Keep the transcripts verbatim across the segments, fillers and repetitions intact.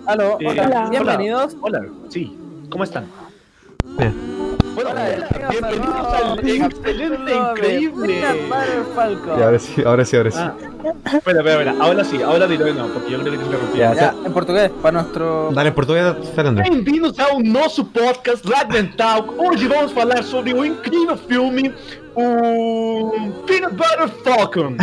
Aló, Eh, hola, hola. bienvenidos. Hola, sí, ¿cómo están? Bien. Hola, Hola, bienvenidos al excelente, increíble. Y ahora sí, ahora sí, ahora sí. Ah, espera, espera, espera, ahora sí, ahora dilo de nuevo, porque yo creo que te interrumpí. Ya, Ya, en português, para nuestro... Dale, en português, Fernando. Bem-vindos ao nosso podcast Ragnar Talk. Hoje vamos falar sobre o incrível filme, o Peanut Butter Falcon.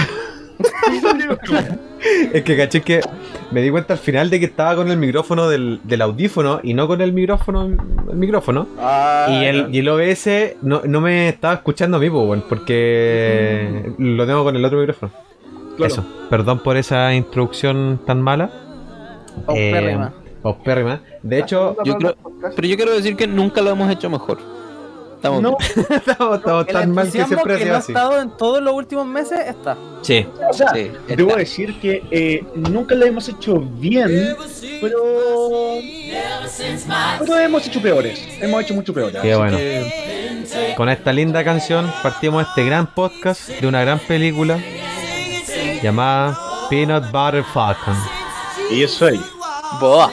Es que caché que me di cuenta al final de que estaba con el micrófono del, del audífono y no con el micrófono el micrófono. Ah, Y el, y el O B S no, no me estaba escuchando a mí, pues, bueno, porque lo tengo con el otro micrófono. Claro. Eso, perdón por esa introducción tan mala. Paupérrima. Eh, paupérrima. De hecho, Yo creo, pero yo quiero decir que nunca lo hemos hecho mejor. Estamos No, estamos, estamos El tan mal que entusiasmo siempre ha que sido no ha así. estado en todos los últimos meses está. Sí. o sea, Sí, debo está. decir que eh, nunca lo hemos hecho bien, pero... Pero hemos hecho peores, hemos hecho mucho peores. Qué así bueno. que- Con esta linda canción partimos este gran podcast de una gran película llamada Peanut Butter Falcon. Y eso ahí. Boa.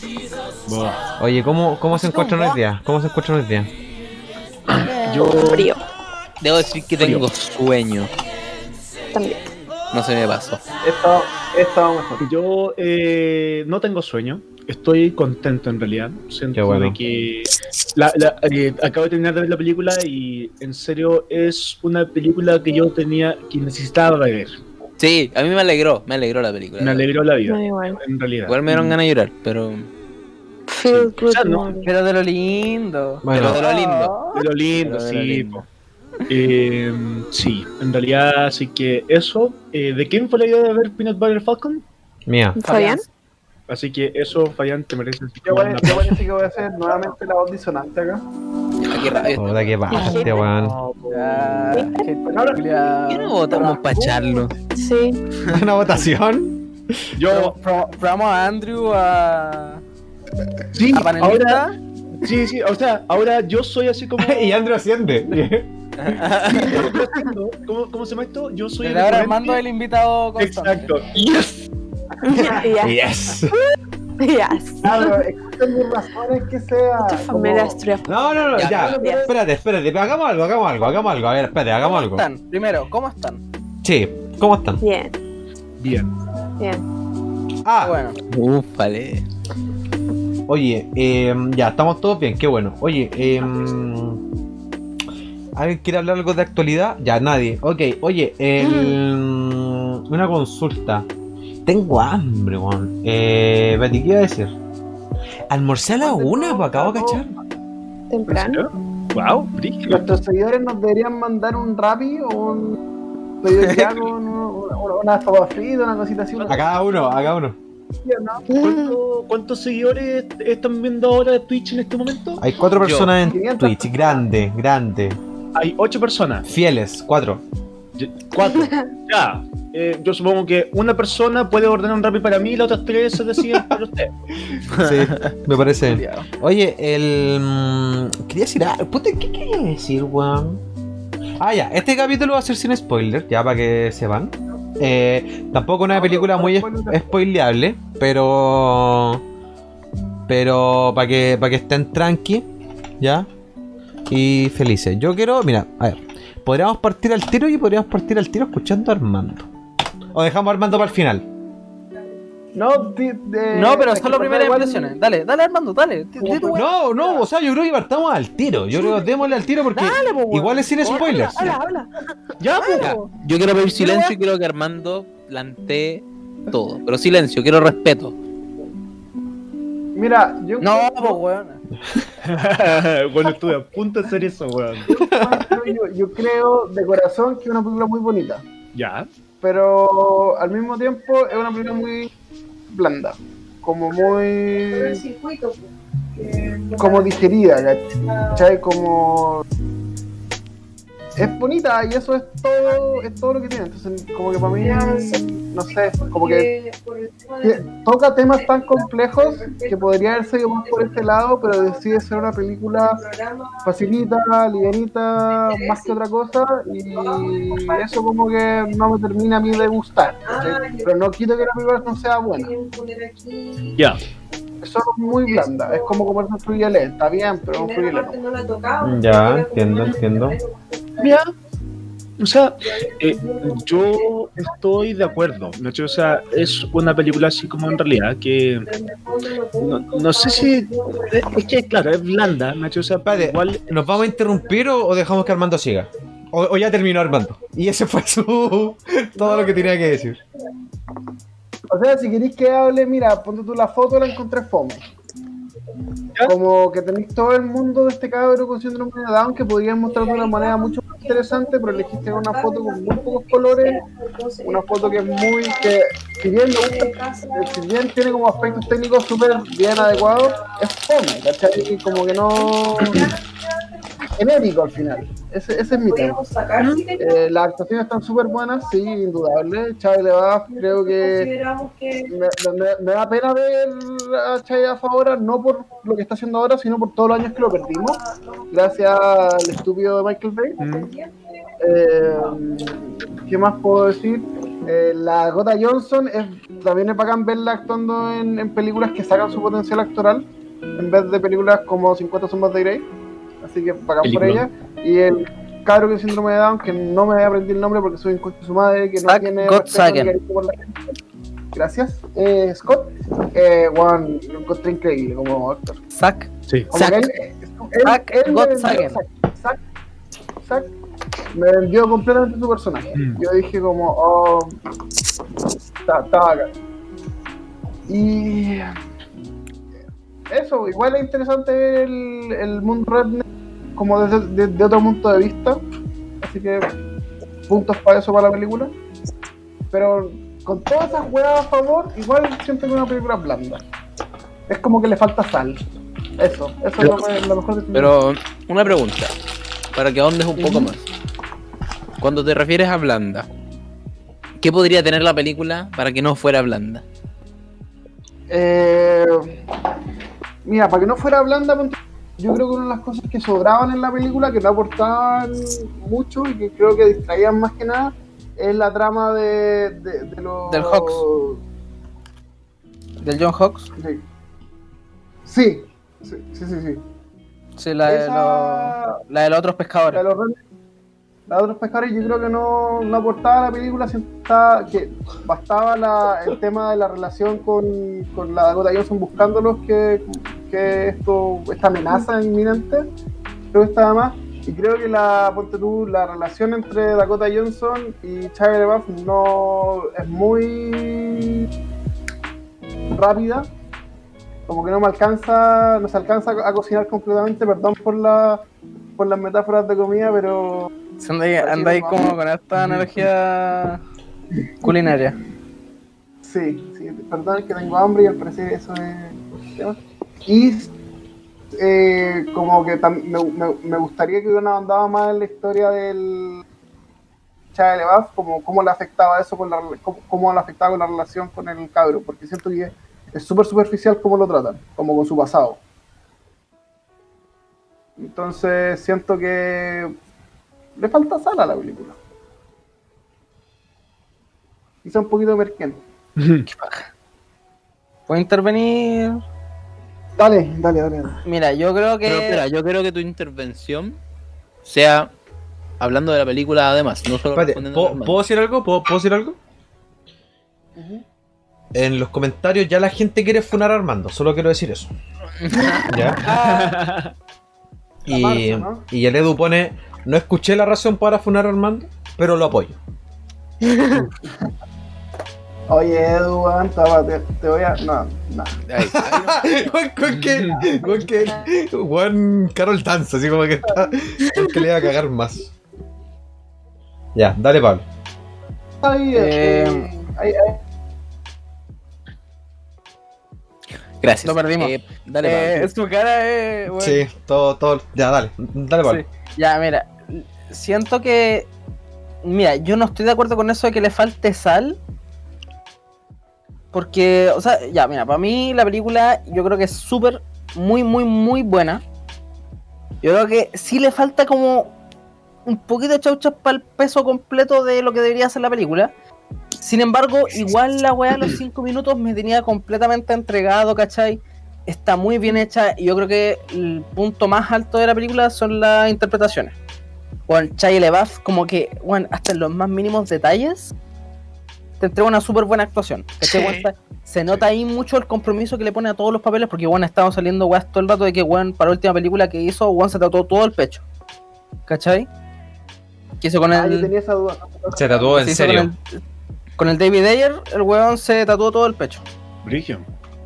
Oye, ¿cómo, cómo se encuentran hoy día? ¿Cómo se encuentran hoy día? Yo... Frío Debo decir que tengo sueño. también. No se me pasó. Esto, esto mejor. Yo eh, no tengo sueño, estoy contento en realidad. Siento Qué bueno. de que la, la- eh, acabo de terminar de ver la película y en serio es una película que yo tenía, que necesitaba ver. Sí, a mí me alegró, me alegró la película. Me alegró la vida, No, igual. en realidad. Igual me dieron ganas de llorar, pero Feel Sí. good O sea, no, movie. Pero de lo lindo. Bueno, pero de lo lindo. De lo lindo, Pero de lo sí. lindo. po. Eh, sí, en realidad, así que eso. Eh, ¿De quién fue la idea de ver Peanut Butter Falcon? mía. ¿Fabián? Así que eso, Fabián, te mereces. Yo parece, yo parece que voy a hacer nuevamente la voz disonante acá. Aquí rabia. Hola, qué bajaste, weón. Ya, qué Ahora- culiao. ¿Qué no votamos para echarlo? Sí. ¿Una votación? Yo, Pro- Probamos a Andrew a... sí, a panelista. ahora. Sí, sí, o sea, ahora yo soy así como. y Andrew asciende. ¿Cómo, ¿Cómo se llama esto? Yo soy Desde ahora ponente. Armando es el invitado constante. Exacto. Yes. Yes. Yes. Yes. Claro, existen mis razones que sea. Tu familia como- es tuya. No, no, no, Ya, ya. ya. Espérate, espérate. Hagamos algo, hagamos algo, hagamos algo. A ver, espérate, hagamos ¿Cómo algo. están? Primero, ¿cómo están? Sí, ¿cómo están? Bien, Bien. bien. Ah, Bueno, Ufale. oye, eh, ya, estamos todos bien, qué bueno. Oye, eh, ¿alguien quiere hablar algo de actualidad? Ya, nadie. Ok, oye, el, una consulta. Tengo hambre, weón. Eh, Betty, ¿qué iba a decir? Almorcé a la una, pues acabo de cachar. Temprano. Wow, brígido. Nuestros seguidores nos deberían mandar un Rappi o un pedido ya con una, una papa frita, una cosita así. Una A cada uno, a cada uno. cosilla, ¿no? ¿Cuánto- ¿Cuántos seguidores están viendo ahora Twitch en este momento? Hay cuatro Yo. personas en quinientas. Twitch, grande, grande. Hay ocho personas. Fieles, cuatro. Yo- Cuatro. Ya. Eh, yo supongo que una persona puede ordenar un Rappi para mí y las otras tres se deciden por usted. Sí, me parece. culiao. Oye, el. mm, quería decir algo. Puta, ¿qué quería decir, weón? Ah, ya, este capítulo va a ser sin spoiler, ya para que sepan. Eh, tampoco una No, película pero muy para es- spoiler. spoileable, pero. Pero para que, para que estén tranqui, ¿ya? Y felices. Yo quiero, mira, a ver, podríamos partir al tiro y podríamos partir al tiro escuchando a Armando. O dejamos a Armando para el final. No, di- de- No, pero es son que las primeras igual- impresiones. Dale, dale Armando, dale. Di- di tu weá. No, no, o sea, yo creo que partamos al tiro. Yo creo que démosle al tiro porque Dale, po, weón. igual es sin Habla, spoilers. Habla, habla. Ya, pues. Ya, yo quiero pedir silencio y quiero que Armando plantee todo. Pero silencio, quiero respeto. Mira, yo No, creo- pues weón. Bueno, estuve a punto de hacer eso, weón. yo, yo creo de corazón que es una película muy bonita. Ya. Pero al mismo tiempo es una película muy blanda. Como muy. Como digerida, ¿cachai? Como. Es bonita y eso es todo, es todo lo que tiene. Entonces, como que para mí, no sé, como que que toca temas tan complejos que podría haberse ido más por este lado, pero decide ser una película facilita, livianita, más que otra cosa, y eso como que no me termina a mí de gustar, ¿cachai? Pero no quito que la película no sea buena. Ya. es solo muy blanda. Es como comerse un frugelé. Está bien, pero un frugelé no. Ya, entiendo, entiendo. Mira, o sea, eh, yo estoy de acuerdo, ¿no? O sea, es una película así como en realidad que no, no sé si es que claro, es blanda, ¿no? O sea, Espérate, igual ¿nos vamos a interrumpir o, o dejamos que Armando siga? O, o ya terminó Armando. Y ese fue su todo lo que tenía que decir. O sea, si queréis que hable, mira, ponte tú la foto, la encontré fome. Como que tenéis todo el mundo de este cabro con síndrome de Down que podrías mostrar de una manera mucho más interesante, pero elegiste una foto con muy pocos colores, una foto que es muy, que si bien me gusta, si bien tiene como aspectos técnicos súper bien adecuados, es fome, ¿cachai? Como que no... genérico al final, ese, ese es mi tema. Eh, las actuaciones están súper buenas, sí, indudable. Shia LaBeouf, creo que me, me, me da pena ver a Shia LaBeouf ahora, no por lo que está haciendo ahora, sino por todos los años que lo perdimos, gracias al estúpido de Michael Bay. Mm. Eh, ¿Qué más puedo decir? Eh, la Dakota Johnson es, también es bacán verla actuando en, en películas que sacan su potencial actoral, en vez de películas como cincuenta sombras de Grey. Así que pagan por ella. Y el cabro que es síndrome de Down, que no me aprendí el nombre porque soy un coche de su madre, que no Zack tiene Gottsagen. por la gente. Gracias. Eh, Scott, eh, Juan, lo encontré increíble como actor. Zack. sí. Como Zack. que él, él, Zack él me vendió, Gottsagen. Zack, Zack, Zack me vendió completamente su personaje. Mm. Yo dije como, oh, está, está bacán. Y eso, igual es interesante ver el, el mundo redneck como desde de, de otro punto de vista, así que puntos para eso para la película, pero con todas esas huevas a favor, igual siento que es una película blanda, es como que le falta sal, eso, eso es lo, lo mejor de este Pero una pregunta, para que ahondes un poco más. Cuando te refieres a blanda, ¿qué podría tener la película para que no fuera blanda? Eh, mira, para que no fuera blanda, yo creo que una de las cosas que sobraban en la película, que no aportaban mucho y que creo que distraían más que nada, es la trama de, de, de los... Del Hawks. Del John Hawks. Sí, sí, sí, sí. sí. Sí, la de, Esa- los, la de los otros pescadores. La de los rednecks, la de otros pescadores, yo creo que no, no aportaba a la película, sienta que bastaba la, el tema de la relación con, con la Dakota Johnson buscándolos, que, que esto, esta amenaza inminente, creo que estaba más. Y creo que la, ponte tú, la relación entre Dakota Johnson y Shia LaBeouf no es muy rápida, como que no me alcanza, no se alcanza a cocinar completamente, perdón por la por las metáforas de comida, pero Si Andáis, andáis como con esta analogía culinaria. sí, sí, perdón, es que tengo hambre y al parecer eso es el tema. Y eh, como que tam- me, me, me gustaría que hubieran ahondado más en la historia del Shia LaBeouf, como cómo le afectaba eso, con la, cómo, cómo le afectaba con la relación con el cabro, porque siento que es súper superficial cómo lo tratan, como con su pasado. Entonces siento que le falta sal a la película. Quizá un poquito emergente. ¿Puedo intervenir? Dale, dale, dale. dale. Mira, yo creo que... Pero espera, yo creo que tu intervención sea hablando de la película además, no solo Espérate, respondiendo a ¿puedo, Armando. ¿puedo decir algo? ¿Puedo, ¿Puedo decir algo? En los comentarios ya la gente quiere funar a Armando, solo quiero decir eso. ¿Ya? Y, Marzo, ¿no? y el Edu pone, no escuché la razón para funar a Armando, pero lo apoyo. Oye, Edu, weón, te, te voy a... No, no. Ahí, ahí, con, con que, con que Juan Carol danza, así como que está, es que le iba a cagar más. Ya, dale Pablo. Ahí, Eh, eh, ahí, ahí. Gracias. Lo perdimos. Eh, dale, Eh, Pablo. es tu cara, eh, bueno. Sí, todo, todo, ya, dale, dale Pablo. Sí. Ya, mira, siento que... Mira, yo no estoy de acuerdo con eso de que le falte sal. Porque, o sea, ya, mira, para mí la película yo creo que es súper, muy, muy, muy buena. Yo creo que sí le falta como un poquito de chauchas para el peso completo de lo que debería ser la película. Sin embargo, igual la weá a los cinco minutos me tenía completamente entregado, ¿cachai? está muy bien hecha y yo creo que el punto más alto de la película son las interpretaciones. Bueno, Shia LaBeouf como que, bueno, hasta en los más mínimos detalles te entrega una súper buena actuación. Sí. Bueno, se nota ahí mucho el compromiso que le pone a todos los papeles porque bueno, estamos saliendo weas todo el rato de que bueno, para la última película que hizo, bueno, se tatuó todo el pecho. ¿Cachai? Que hizo con Ah, yo el... tenía esa duda. Se tatuó en se hizo serio. Con el, con el David Ayer, el weón se tatuó todo el pecho. Brigio.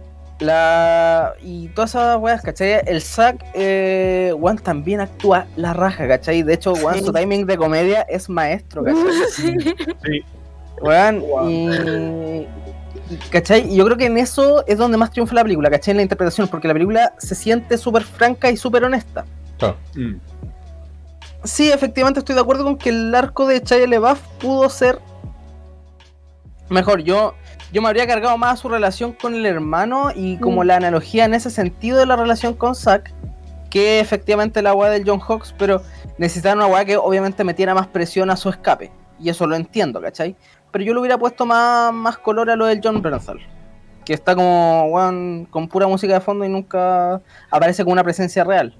La... Y todas esas weas, ¿cachai? El Zack, eh, weón, también actúa la raja, ¿cachai? De hecho, weón, Sí. su timing de comedia es maestro, ¿cachai? Sí. Weón, Wow. y... y, ¿cachai? Y yo creo que en eso es donde más triunfa la película, ¿cachai? En la interpretación, porque la película se siente súper franca y súper honesta. Mm. Sí, efectivamente estoy de acuerdo con que el arco de Shia LaBeouf pudo ser mejor. Yo, yo me habría cargado más a su relación con el hermano y como Mm. la analogía en ese sentido de la relación con Zack, que efectivamente la weá del John Hawkes, pero necesitaban una weá que obviamente metiera más presión a su escape. Y eso lo entiendo, ¿cachai? Pero yo le hubiera puesto más, más color a lo del John Bernthal, que está como weón, con pura música de fondo y nunca aparece con una presencia real.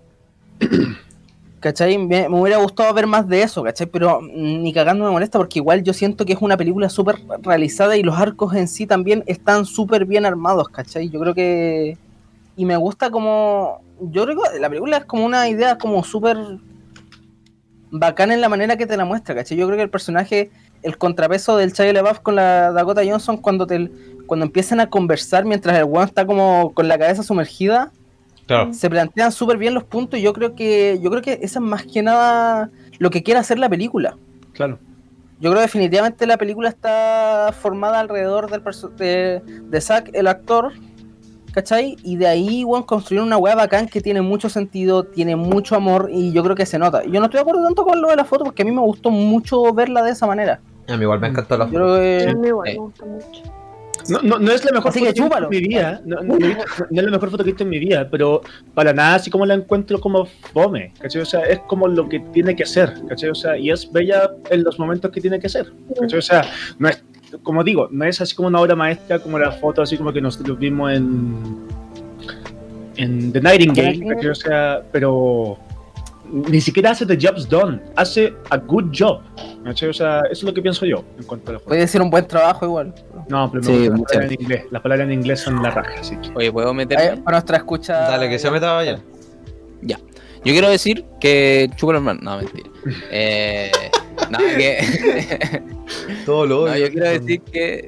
¿Cachai? Me, me hubiera gustado ver más de eso, ¿cachai? Pero mm, ni cagando me molesta porque igual yo siento que es una película súper realizada y los arcos en sí también están súper bien armados, ¿cachai? Yo creo que... Y me gusta como... Yo creo que la película es como una idea como súper bacana en la manera que te la muestra, ¿cachai? Yo creo que el personaje, el contrapeso del Shia LaBeouf con la Dakota Johnson cuando te cuando empiezan a conversar mientras el weón está como con la cabeza sumergida, Claro. se plantean súper bien los puntos y yo creo que yo creo que eso es más que nada lo que quiere hacer la película. Claro. Yo creo que definitivamente la película está formada alrededor del perso- de, de Zack, el actor, ¿cachai? Y de ahí, bueno, construir una weá bacán que tiene mucho sentido, tiene mucho amor y yo creo que se nota. Yo no estoy de acuerdo tanto con lo de la foto porque a mí me gustó mucho verla de esa manera. A mí igual me encantó la Yo foto. creo que... A mí igual Sí. me gusta mucho. No, no, no es la mejor Así foto que que he visto chúpalo. en mi vida. No, no, no he visto- no es la mejor foto que he visto en mi vida, pero para nada así como la encuentro como fome, ¿cachai? O sea, es como lo que tiene que ser, ¿cachai? O sea, y es bella en los momentos que tiene que ser, ¿cachai? O sea, no es, como digo, no es así como una obra maestra como la foto así como que nosotros vimos en en The Nightingale, ¿cachai? O sea, pero ni siquiera hace the job's done, hace a good job, ¿cachai? O sea, eso es lo que pienso yo en cuanto a la foto. puede ser un buen trabajo igual. No, pero me Sí, gustan las muchas. palabras en inglés. Las palabras en inglés son la raja, así que. Oye, ¿puedo Eh, meterme? para nuestra escucha... Dale, que se meta vaya. Ya. Yo quiero decir que chupa los hermano. No, mentira. Eh, no, que. Todo lo No, yo quiero decir que.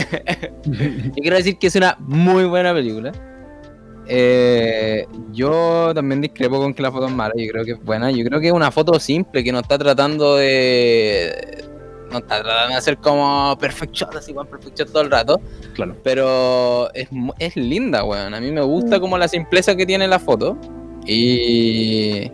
Yo quiero decir que es una muy buena película. Eh, yo también discrepo con que la foto es mala. Yo creo que es buena. Yo creo que es una foto simple que no está tratando de. No está tratando de hacer como perfect shot, así como perfect shot todo el rato. Claro. Pero es, mu- es linda, weón. A mí me gusta como la simpleza que tiene la foto. Y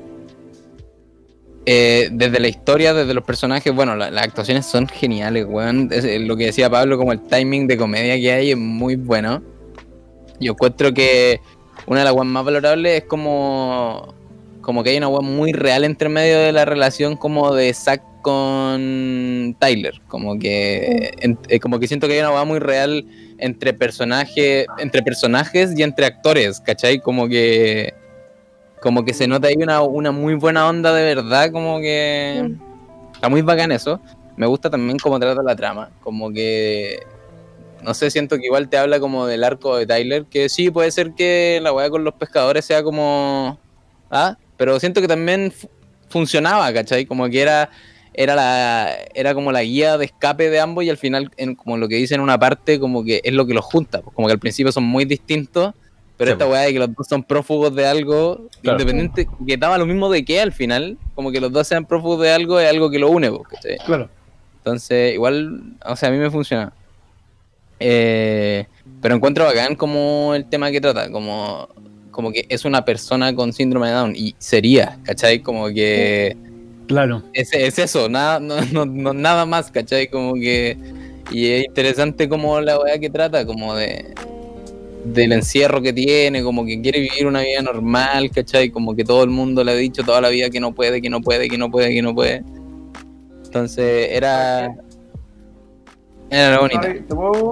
eh, desde la historia, desde los personajes, bueno, la- las actuaciones son geniales, weón. Es, eh, lo que decía Pablo, como el timing de comedia que hay es muy bueno. Yo encuentro que una de las weas más valorables es como como que hay una wea muy real entre medio de la relación como de Zack con Tyler. Como que en- eh, como que siento que hay una wea muy real entre personajes, entre personajes y entre actores, ¿cachai? Como que como que se nota ahí una, una muy buena onda de verdad, como que está muy bacán eso. Me gusta también cómo trata la trama, como que no sé, siento que igual te habla como del arco de Tyler, que sí, puede ser que la weá con los pescadores sea como... Ah, pero siento que también fu- funcionaba, ¿cachai? Como que era era la era como la guía de escape de ambos y al final, en, como lo que dice en una parte, como que es lo que los junta, pues como que al principio son muy distintos, pero Sí, esta pues. weá de que los dos son prófugos de algo, Claro. independiente, que daba lo mismo de qué al final, como que los dos sean prófugos de algo es algo que lo une, pues, ¿cachai? Claro. Entonces, igual, o sea, a mí me funciona. Eh, pero encuentro bacán como el tema que trata, como, como que es una persona con síndrome de Down, y sería, ¿cachai? Como que Claro. es, es eso, nada, no, no- no- nada más, ¿cachai? Como que, y es interesante como la weá que trata, como de del encierro que tiene, como que quiere vivir una vida normal, ¿cachai? Como que todo el mundo le ha dicho toda la vida que no puede, que no puede, que no puede, que no puede. Entonces era... Era bonita. Ay, ¿te puedo,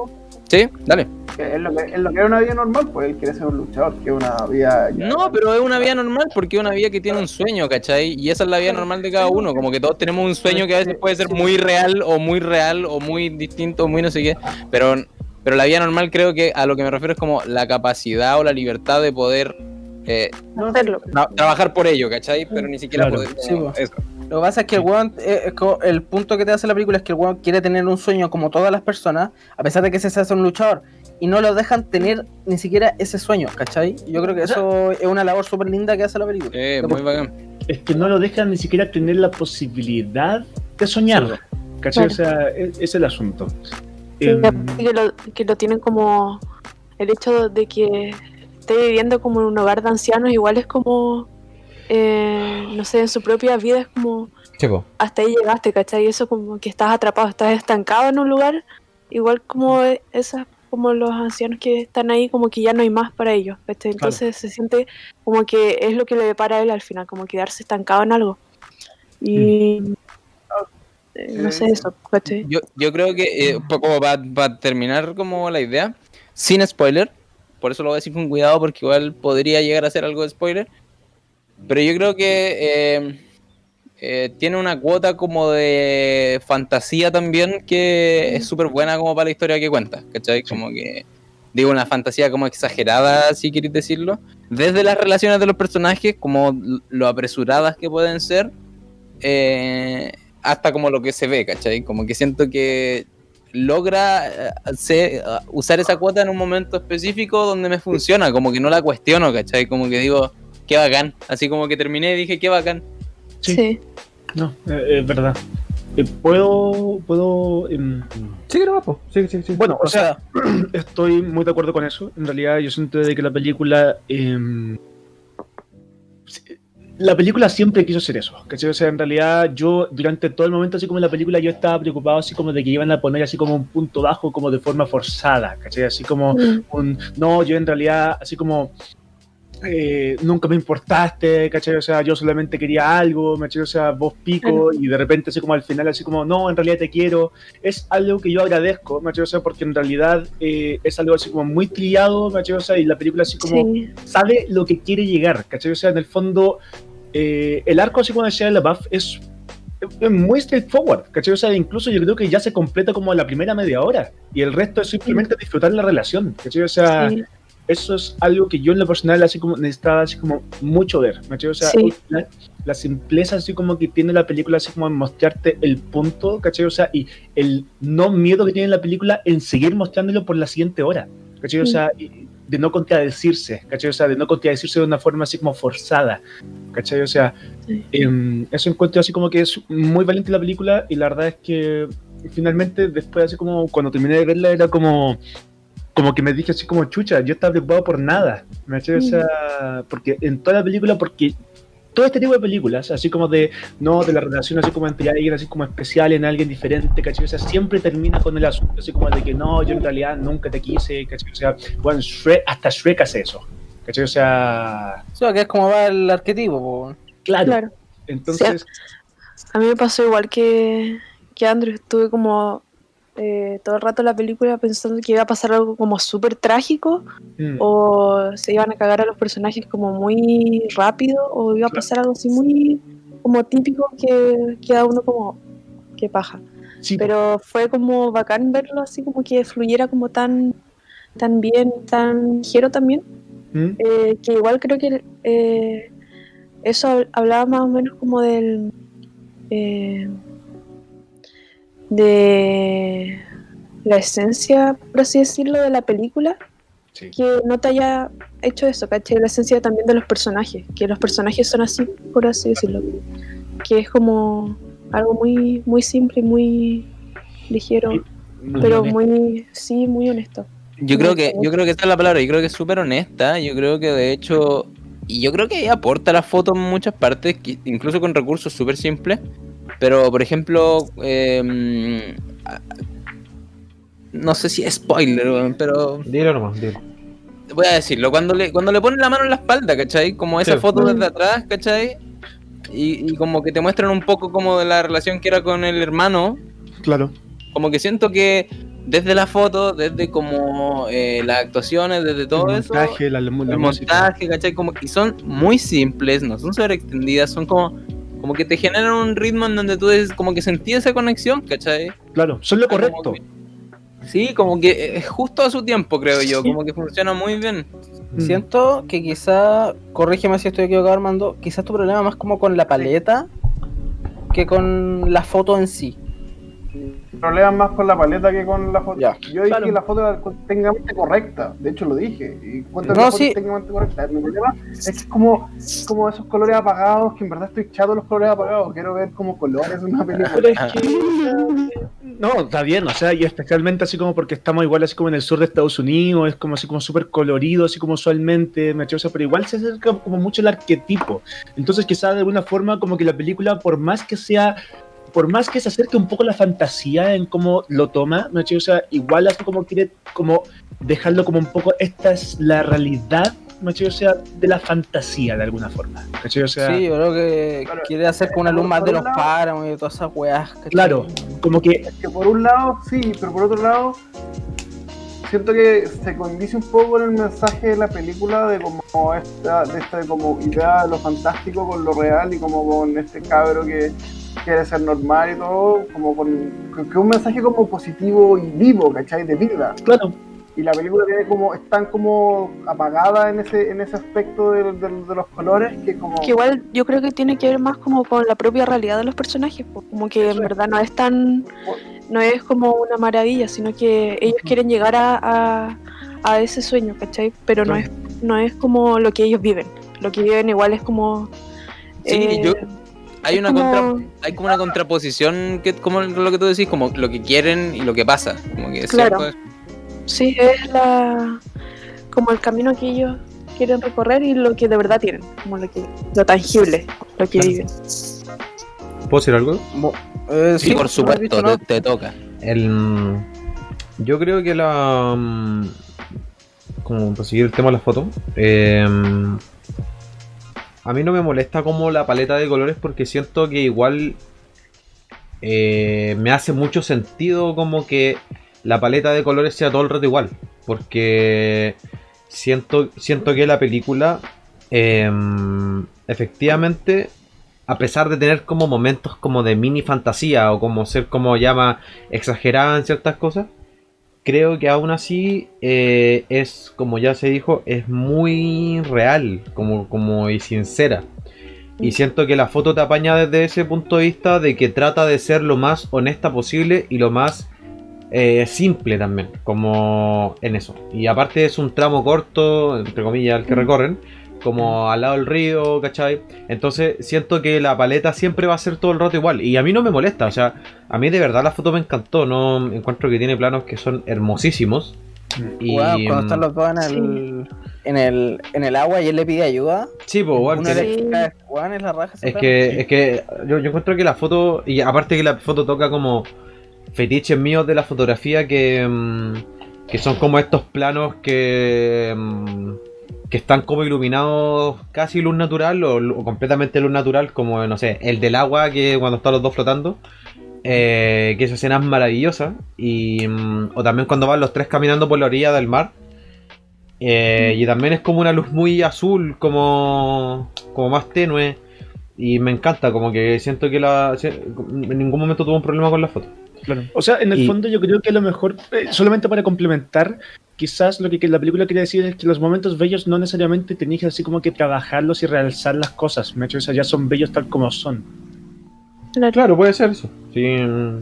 Sí, dale. Es lo que, es lo que es una vida normal, pues él quiere ser un luchador, que es una vida... ya- No, pero es una vida normal porque es una vida que tiene un sueño, ¿cachai? Y esa es la vida normal de cada uno, como que todos tenemos un sueño que a veces puede ser muy real o muy real o muy distinto o muy no sé qué, pero, pero la vida normal creo que a lo que me refiero es como la capacidad o la libertad de poder eh, hacerlo. tra- trabajar por ello, ¿cachai? Pero ni siquiera Claro. poder... Sí, pues. eso. Lo que pasa es que el weón, eh, es co- el punto que te hace la película es que el weón quiere tener un sueño como todas las personas, a pesar de que se hace un luchador, y no lo dejan tener ni siquiera ese sueño, ¿cachai? Yo creo que eso es una labor súper linda que hace la película. Eh, muy bacán. Es que no lo dejan ni siquiera tener la posibilidad de soñar. ¿Cachai? Claro. O sea, es, es el asunto. Sí, Em, que, lo, que lo tienen como el hecho de que esté viviendo como en un hogar de ancianos, igual es como, eh, no sé, en su propia vida es como, Chico. hasta ahí llegaste, ¿cachai? Y eso como que estás atrapado, estás estancado en un lugar, igual como esas, como los ancianos que están ahí, como que ya no hay más para ellos, ¿cachai? Entonces se siente como que es lo que le depara a él al final, como quedarse estancado en algo. Y eh, no sé eso, ¿cachai? Yo, yo creo que, eh, pa- como para terminar como la idea, sin spoiler, por eso lo voy a decir con cuidado porque igual podría llegar a ser algo de spoiler, pero yo creo que eh, eh, tiene una cuota como de fantasía también que es súper buena como para la historia que cuenta, ¿cachai? Como que, digo, una fantasía como exagerada, si queréis decirlo, desde las relaciones de los personajes, como l- lo apresuradas que pueden ser, eh, hasta como lo que se ve, ¿cachai? Como que siento que logra eh, hacer- usar esa cuota en un momento específico donde me funciona, como que no la cuestiono, ¿cachai? Como que digo, qué bacán, así como que terminé y dije, qué bacán. Sí. Sí. no, eh, es verdad. Eh, puedo. puedo em, Sí, que no va, po. Sí, sí, sí. bueno, o O sea, estoy muy de acuerdo con eso. En realidad, yo siento de que la película. em, la película siempre quiso hacer eso, ¿cachai? O sea, en realidad yo durante todo el momento así como en la película yo estaba preocupado así como de que iban a poner así como un punto bajo como de forma forzada, ¿cachai? Así como Mm. un, no, yo en realidad así como eh, nunca me importaste, ¿cachai? O sea, yo solamente quería algo, ¿cachai? O sea, vos pico y de repente así como al final así como, no, en realidad te quiero, es algo que yo agradezco, ¿cachai? O sea, porque en realidad eh, es algo así como muy trillado, ¿cachai? O sea, y la película así como Sí. sabe lo que quiere llegar, ¿cachai? O sea, en el fondo, eh, el arco así como decía la Buff es, es muy straightforward, ¿cachai? O sea, incluso yo creo que ya se completa como la primera media hora y el resto es simplemente disfrutar la relación, ¿cachai? O sea, Sí. eso es algo que yo en lo personal así como necesitaba así como mucho ver, ¿cachai? O sea, Sí. la, la simpleza así como que tiene la película así como en mostrarte el punto, ¿cachai? O sea, y el no miedo que tiene la película en seguir mostrándolo por la siguiente hora, ¿cachai? O Sí. sea, y de no contradecirse, ¿cachai? O sea, de no contradecirse de una forma así como forzada, ¿cachai? O sea, Sí. em, eso encuentro así como que es muy valiente la película y la verdad es que finalmente después así como cuando terminé de verla era como como que me dije así como chucha, yo estaba preocupado por nada, ¿me cachai? O sea, porque en toda la película, porque todo este tipo de películas, así como de, no, de la relación así como entre alguien así como especial en alguien diferente, ¿cachai? O sea, siempre termina con el asunto así como de que no, yo en realidad nunca te quise, ¿cachai? O sea, bueno, Shrek, hasta Shrek hace eso, ¿cachai? O sea, Eso que es como va el arquetipo, po. claro, Claro. entonces, A mí me pasó igual que, que Andrew, estuve como eh, todo el rato en la película pensando que iba a pasar algo como súper trágico mm, o se iban a cagar a los personajes como muy rápido o iba a pasar algo así muy como típico que queda uno como que paja. sí, Pero fue como bacán verlo así como que fluyera como tan, tan bien, tan ligero también. mm, Eh, que igual creo que eh, eso hab- hablaba más o menos como del eh, de la esencia, por así decirlo, de la película, sí. que no te haya hecho eso, ¿cachai? La esencia también de los personajes, que los personajes son así, por así decirlo, que es como algo muy, muy simple, muy ligero, Muy pero honesto. muy, sí, muy honesto. Yo Me creo gusta que, mucho. yo creo que esa es la palabra, yo creo que es súper honesta, yo creo que de hecho, y yo creo que ella aporta la foto en muchas partes, que- incluso con recursos súper simples, pero por ejemplo, eh, no sé si es spoiler, weón, pero Dilo nomás, dilo. voy a decirlo, cuando le, cuando le ponen la mano en la espalda, ¿cachai? Como esa Sí. foto Mm. desde atrás, ¿cachai? Y, y como que te muestran un poco como de la relación que era con el hermano, Claro. como que siento que desde la foto, desde como eh, las actuaciones, desde todo el eso. montaje, la, la, el música. montaje, ¿cachai? Como que son muy simples, no son sobreextendidas, son como, como que te generan un ritmo en donde tú es, como que sentías esa conexión, ¿cachai? Claro, son lo correcto. Como que- sí, como que es justo a su tiempo, creo yo, como que funciona muy bien. Mm. Siento que quizá, corrígeme si estoy equivocado Armando, quizás tu problema más como con la paleta que con la foto en sí. Problemas más con la paleta que con la foto. Ya. Yo dije Claro. que la foto era técnicamente correcta, de hecho lo dije. Y cuento que No, la foto sí. es técnicamente correcta. Mi problema es que es como, como esos colores apagados, que en verdad estoy chato de los colores apagados. Quiero ver como colores en una película. Pero es que... No, está bien, o sea, y especialmente así como porque estamos igual así como en el sur de Estados Unidos, es como así como súper colorido, así como usualmente, ¿me entiendes? O sea, pero igual se acerca como mucho el arquetipo. Entonces quizás de alguna forma como que la película, por más que sea, por más que se acerque un poco a la fantasía en cómo lo toma, ¿me entiendes? O sea, igual así como quiere como dejarlo como un poco, esta es la realidad, ¿me entiendes? O sea, de la fantasía de alguna forma, ¿me entiendes? O sea, Sí, yo creo que Claro. quiere hacer con una luz más de los Por un lado- páramos y de todas esas weas. ¿cachai? claro, como que Es que por un lado sí, pero por otro lado siento que se condice un poco con el mensaje de la película de como esta, de esta como idea de lo fantástico con lo real y como con este cabro que quiere ser normal y todo, como con que es un mensaje como positivo y vivo, ¿cachai? De vida. claro, Y la película tiene como, están como apagada en ese, en ese aspecto de, de- de los colores que como Que igual yo creo que tiene que ver más como con la propia realidad de los personajes, po. Como que en verdad no es tan, no es como una maravilla, sino que ellos quieren llegar a, a, a ese sueño, ¿cachai? Pero no es, no es como lo que ellos viven. Lo que viven igual es como... Sí, eh, yo- Hay es una como- contra, hay como una contraposición que como lo que tú decís, como lo que quieren y lo que pasa, como que es Claro. cierto. Sí, es la como el camino que ellos quieren recorrer y lo que de verdad tienen, como lo que lo tangible, lo que Claro. viven. ¿Puedo decir algo? Bo- eh, Sí, por no he supuesto, visto te, nada. te toca. El, mm, yo creo que la... mm, como para seguir el tema de las fotos, eh, a mí no me molesta como la paleta de colores porque siento que igual eh, me hace mucho sentido como que la paleta de colores sea todo el rato igual. Porque siento, siento que la película eh, efectivamente, a pesar de tener como momentos como de mini fantasía o como ser como llama exagerada en ciertas cosas, creo que aún así eh, es, como ya se dijo, es muy real como, como y sincera. Y siento que la foto te apaña desde ese punto de vista de que trata de ser lo más honesta posible y lo más eh, simple también, como en eso. Y aparte es un tramo corto, entre comillas, el que recorren, como al lado del río, ¿cachai? Entonces siento que la paleta siempre va a ser todo el rato igual. Y a mí no me molesta, o sea, a mí de verdad la foto me encantó, no encuentro que tiene planos que son hermosísimos. Y Weón, cuando mm, están los dos en el, en el, en el agua y él le pide ayuda, sí, pues, bueno, uno que- le Sí. cae, weón, es la raja ese Es plano. que, es que yo, yo encuentro que la foto, y aparte que la foto toca como fetiches míos de la fotografía que, mm, que son como estos planos que, mm, que están como iluminados casi luz natural o, o completamente luz natural, como no sé, el del agua que cuando están los dos flotando, eh, que esa escena es maravillosa, y, mm, o también cuando van los tres caminando por la orilla del mar. Eh, y también es como una luz muy azul, como, como más tenue. Y me encanta, como que siento que la, en ningún momento tuve un problema con la foto. claro. O sea, en el Y- fondo yo creo que a lo mejor, eh, solamente para complementar, quizás lo que, que la película quiere decir es que los momentos bellos no necesariamente tenéis así como que trabajarlos y realzar las cosas, ¿me hecho? O sea, ya son bellos tal como son. Claro. Claro, puede ser eso. Sí, mm,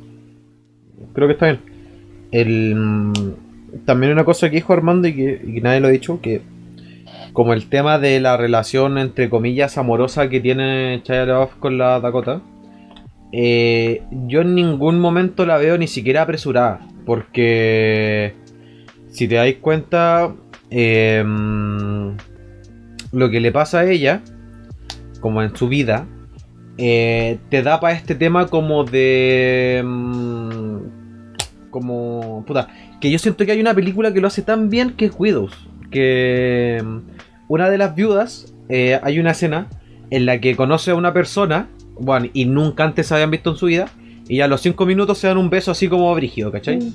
creo que está bien. El, mm, también una cosa que dijo Armando y que, y que nadie lo ha dicho, que como el tema de la relación entre comillas amorosa que tiene Shia LaBeouf con la Dakota, eh, yo en ningún momento la veo ni siquiera apresurada, porque si te dais cuenta, eh, lo que le pasa a ella, como en su vida, eh, te da para este tema como de... mm, como... puta, que yo siento que hay una película que lo hace tan bien que es Widows. Que mm, una de las viudas, eh, hay una escena en la que conoce a una persona, bueno, y nunca antes se habían visto en su vida, y a los cinco minutos se dan un beso así como brígido, ¿cachai? Mm.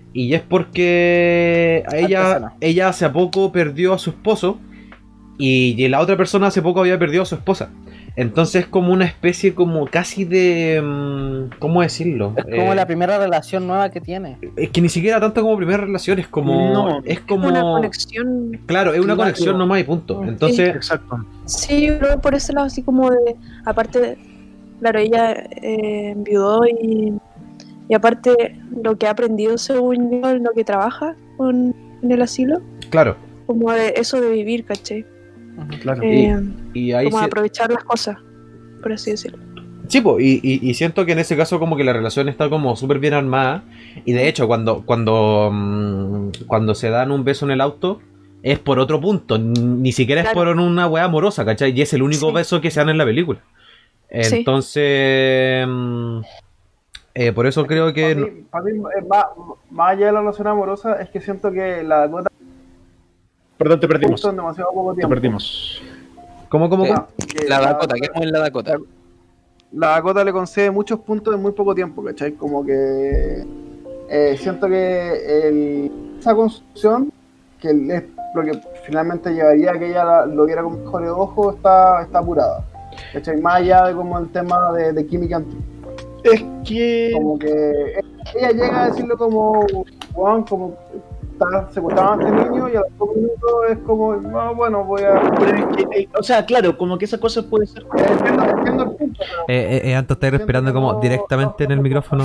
Y es porque a ella, ella hace poco perdió a su esposo y la otra persona hace poco había perdido a su esposa. Entonces es como una especie como casi de... ¿Cómo decirlo? Es como eh, la primera relación nueva que tiene. Es que ni siquiera tanto como primera relación, es como... No, es como... Una conexión. Claro, es una Claro. conexión nomás y punto. Entonces... Exacto. Sí, yo creo que por ese lado, así como de. Aparte, claro, ella eh, enviudó y. Y aparte, lo que ha aprendido según yo en lo que trabaja con, en el asilo, Claro. como de eso de vivir, ¿cachai? Claro. Eh, Y ahí como de sí... aprovechar las cosas, por así decirlo. Sí, po, y, y, y siento que en ese caso como que la relación está como súper bien armada. Y de hecho, cuando, cuando, mmm, cuando se dan un beso en el auto, es por otro punto. Ni siquiera es Claro. por una weá amorosa, ¿cachai? Y es el único Sí. beso que se dan en la película. Sí. Entonces... mmm, eh, por eso creo que... Para mí, para mí, eh, más, más allá de la relación amorosa, es que siento que la Dakota Perdón, te perdimos. justo en demasiado poco Te tiempo. perdimos. ¿Cómo, cómo, ¿Qué? cómo? Que La Dakota, ¿qué es la Dakota? La Dakota le concede muchos puntos en muy poco tiempo, ¿cachai? Como que eh, siento que el- esa construcción, que es lo que finalmente llevaría a que ella la- lo viera con mejores ojos, está, está apurada, ¿cachai? Más allá de como el tema de, de química antigua. Es que... Como que ella llega a decirlo como, Juan, como está secuestrado a este niño y a los pocos minutos es como, no, bueno, voy a... pero es que, eh, o sea, claro, como que esa cosa puede ser... Entiendo, entiendo el punto, pero Eh, eh, eh, Anto, estáis respirando como no- directamente en el micrófono.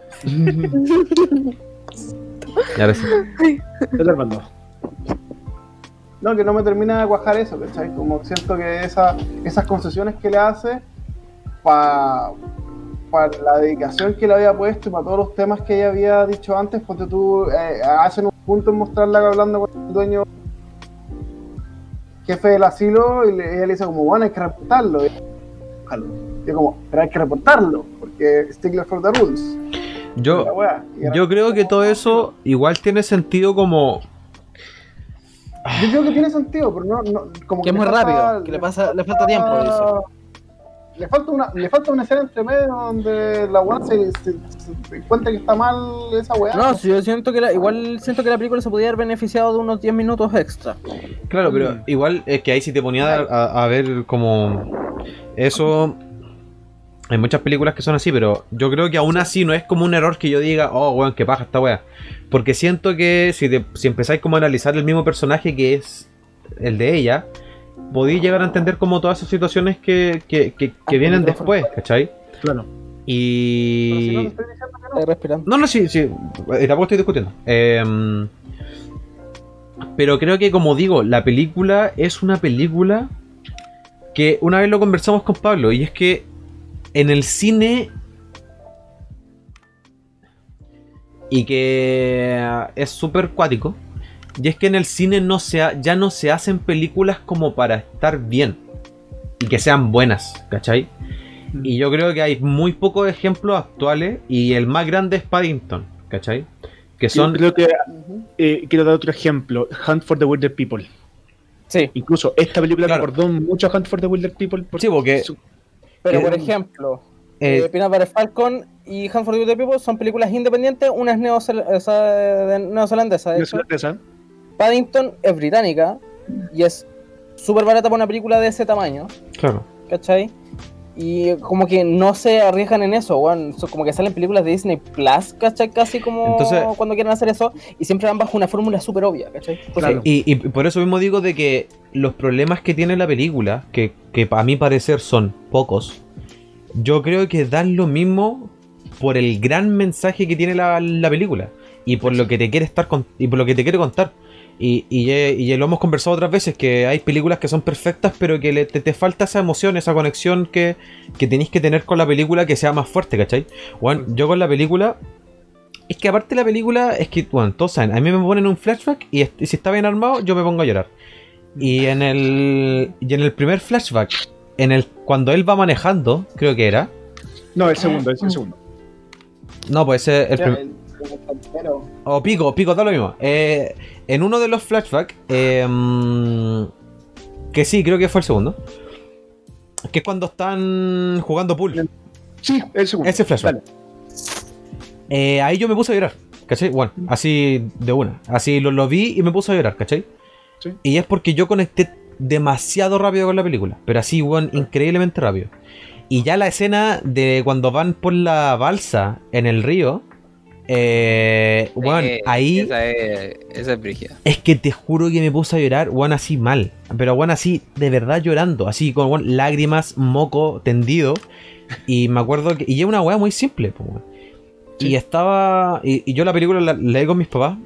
Y ahora sí. Te lo mando. no, que no me termina de cuajar eso, ¿cachai? Como siento que esa, esas concesiones que le hace para la dedicación que le había puesto y para todos los temas que ella había dicho antes, porque tú eh, hacen un punto en mostrarla hablando con el dueño jefe del asilo y le, ella le dice como, bueno, hay que reportarlo. Y, ojalá. Y yo como, pero hay que reportarlo, porque stickler for the rules. Yo, La wea. Y era yo creo que como, todo eso igual tiene sentido como... Yo creo que tiene sentido, pero no, no como Que es le muy falta- rápido, que le pasa, le falta tiempo, dice. Le falta una, le falta una escena entre medio donde la weá se, se, se encuentra que está mal esa weá. No, sí, yo siento que la, igual siento que la película se podría haber beneficiado de unos diez minutos extra. Claro, pero igual es que ahí si te ponía a, a- a ver como... Eso... Hay muchas películas que son así, pero yo creo que aún así no es como un error que yo diga, oh, weón, qué paja esta weá. Porque siento que si, te- si empezáis como a analizar el mismo personaje que es el de ella, podéis llegar a entender como todas esas situaciones que, que, que, que Ah, vienen el micrófono. después, ¿cachai? Claro. Pero si no te Y... estoy diciendo que no. Estoy respirando. No, no, sí, sí, eh, tampoco estoy discutiendo. Eh, pero creo que, como digo, la película es una película que una vez lo conversamos con Pablo, y es que en el cine... Y que es súper cuático. Y es que en el cine no se ha- ya no se hacen películas como para estar bien. Y que sean buenas, ¿cachai? Y yo creo que hay muy pocos ejemplos actuales. Y el más grande es Paddington, ¿cachai? Que Yo son... creo que Ujú. eh, quiero dar otro ejemplo. Hunt for the Wilder People. Sí, Incluso esta película Claro. recordó mucho a Hunt for the Wilder People. por Sí, porque- su- pero Eh, por ejemplo, eh, eh, Peanut Butter Falcon y Hunt for the Wilder People son películas independientes, una es neozel- o sea, de- neozelandesa, de ¿no hecho. es esa? Paddington es británica y es súper barata para una película de ese tamaño, Claro. ¿cachai? Y como que no se arriesgan en eso, weón. So- como que salen películas de Disney Plus, ¿cachai? Casi como Entonces- cuando quieren hacer eso, y siempre van bajo una fórmula súper obvia, ¿cachai? Pues Claro. sí. Y, y por eso mismo digo de que los problemas que tiene la película, que, que a mi parecer son pocos, yo creo que dan lo mismo por el gran mensaje que tiene la, la película y por lo que te quiere estar con- y por lo que te quiere contar. Y, y, ya- y ya lo hemos conversado otras veces, que hay películas que son perfectas, pero que le- te, te falta esa emoción, esa conexión que, que tenéis que tener con la película, que sea más fuerte, ¿cachai? Bueno, yo con la película... Es que aparte de la película, es que, bueno, todos saben, a mí me ponen un flashback y, est- y si está bien armado, yo me pongo a llorar. Y en el y en el primer flashback, en el cuando él va manejando, creo que era... No, el segundo, es el segundo. No, pues ese el Ya, prim- el- el tercero. O pico, pico, da lo mismo. Eh, en uno de los flashbacks, eh, mm, que sí, creo que fue el segundo, que es cuando están jugando pool. Sí, el segundo. Ese flashback. Dale. Eh, ahí yo me puse a llorar. ¿cachai? Bueno, así de una. Así lo, lo vi y me puse a llorar, ¿cachai? Sí. Y es porque yo conecté demasiado rápido con la película, pero así, weón, increíblemente rápido. Y ya la escena de cuando van por la balsa en el río, eh, weón, Eh, ahí Esa es, esa es brígida. es que te juro que me puse a llorar, weón, así mal. Pero weón, así, de verdad llorando, así con weón, lágrimas, moco, tendido. Y me acuerdo que. Y es una weá muy simple, pues, weón. Sí. Y estaba. Y, y yo la película la leí con mis papás.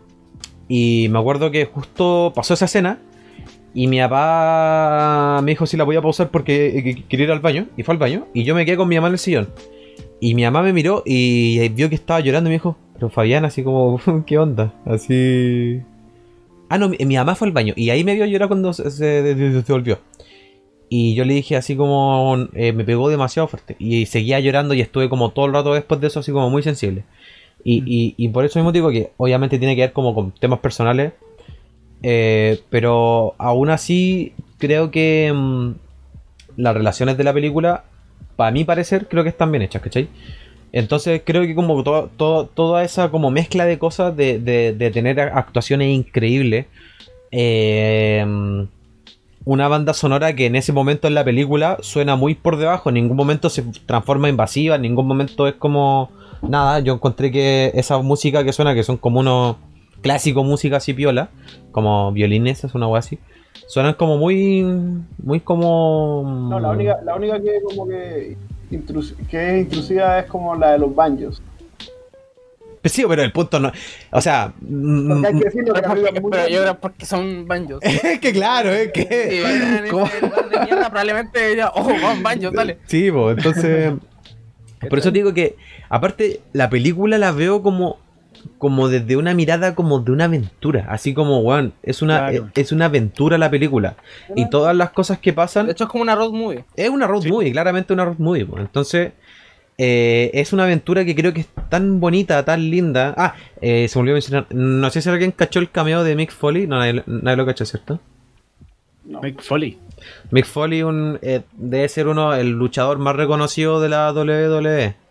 Y me acuerdo que justo pasó esa escena. Y mi papá me dijo si la voy a pausar porque eh, que- quería ir al baño. Y fue al baño. Y yo me quedé con mi mamá en el sillón. Y mi mamá me miró y vio que estaba llorando y me dijo, pero Fabián, así como, ¿qué onda? Así. Ah, no, mi, mi mamá fue al baño. Y ahí me vio llorar cuando se, se- se- se volvió. Y yo le dije así como, eh, me pegó demasiado fuerte. Y seguía llorando y estuve como todo el rato después de eso, así como muy sensible. Y, y, y por eso mismo digo que obviamente tiene que ver como con temas personales. Eh, pero aún así creo que mm, las relaciones de la película, para mi parecer, creo que están bien hechas, ¿cachai? Entonces creo que como to- to- toda esa como mezcla de cosas de, de- de tener actuaciones increíbles, eh, una banda sonora que en ese momento en la película suena muy por debajo, en ningún momento se transforma invasiva, en ningún momento es como nada. Yo encontré que esa música que suena, que son como unos clásicos música así piola, como violines, es una wea así, suenan como muy, muy como... No, la única, la única que como que, intrus- que es intrusiva es como la de los banjos. Sí, pero el punto no... O sea... Porque hay que decirlo que Pero, arriba porque, es muy pero yo grande. creo porque son banjos. Es que claro, es Si que... bailan en ¿Cómo? ese lugar de mierda, probablemente diría, oh, van banjos, dale. Sí, pues, entonces... Por eso digo que, aparte, la película la veo como... Como desde una mirada como de una aventura. Así como, weón, es una, Claro. es, es una aventura la película. Y todas las cosas que pasan... De hecho, es como una road movie. Es una road Sí. movie, claramente una road movie. Pues. Entonces, eh, es una aventura que creo que es tan bonita, tan linda. Ah, eh, se me olvidó mencionar. No sé si alguien cachó el cameo de Mick Foley. No, nadie, nadie lo cachó, ¿cierto? Mick Foley. Mick Foley un, eh, debe ser uno, el luchador más reconocido de la doble u doble u E.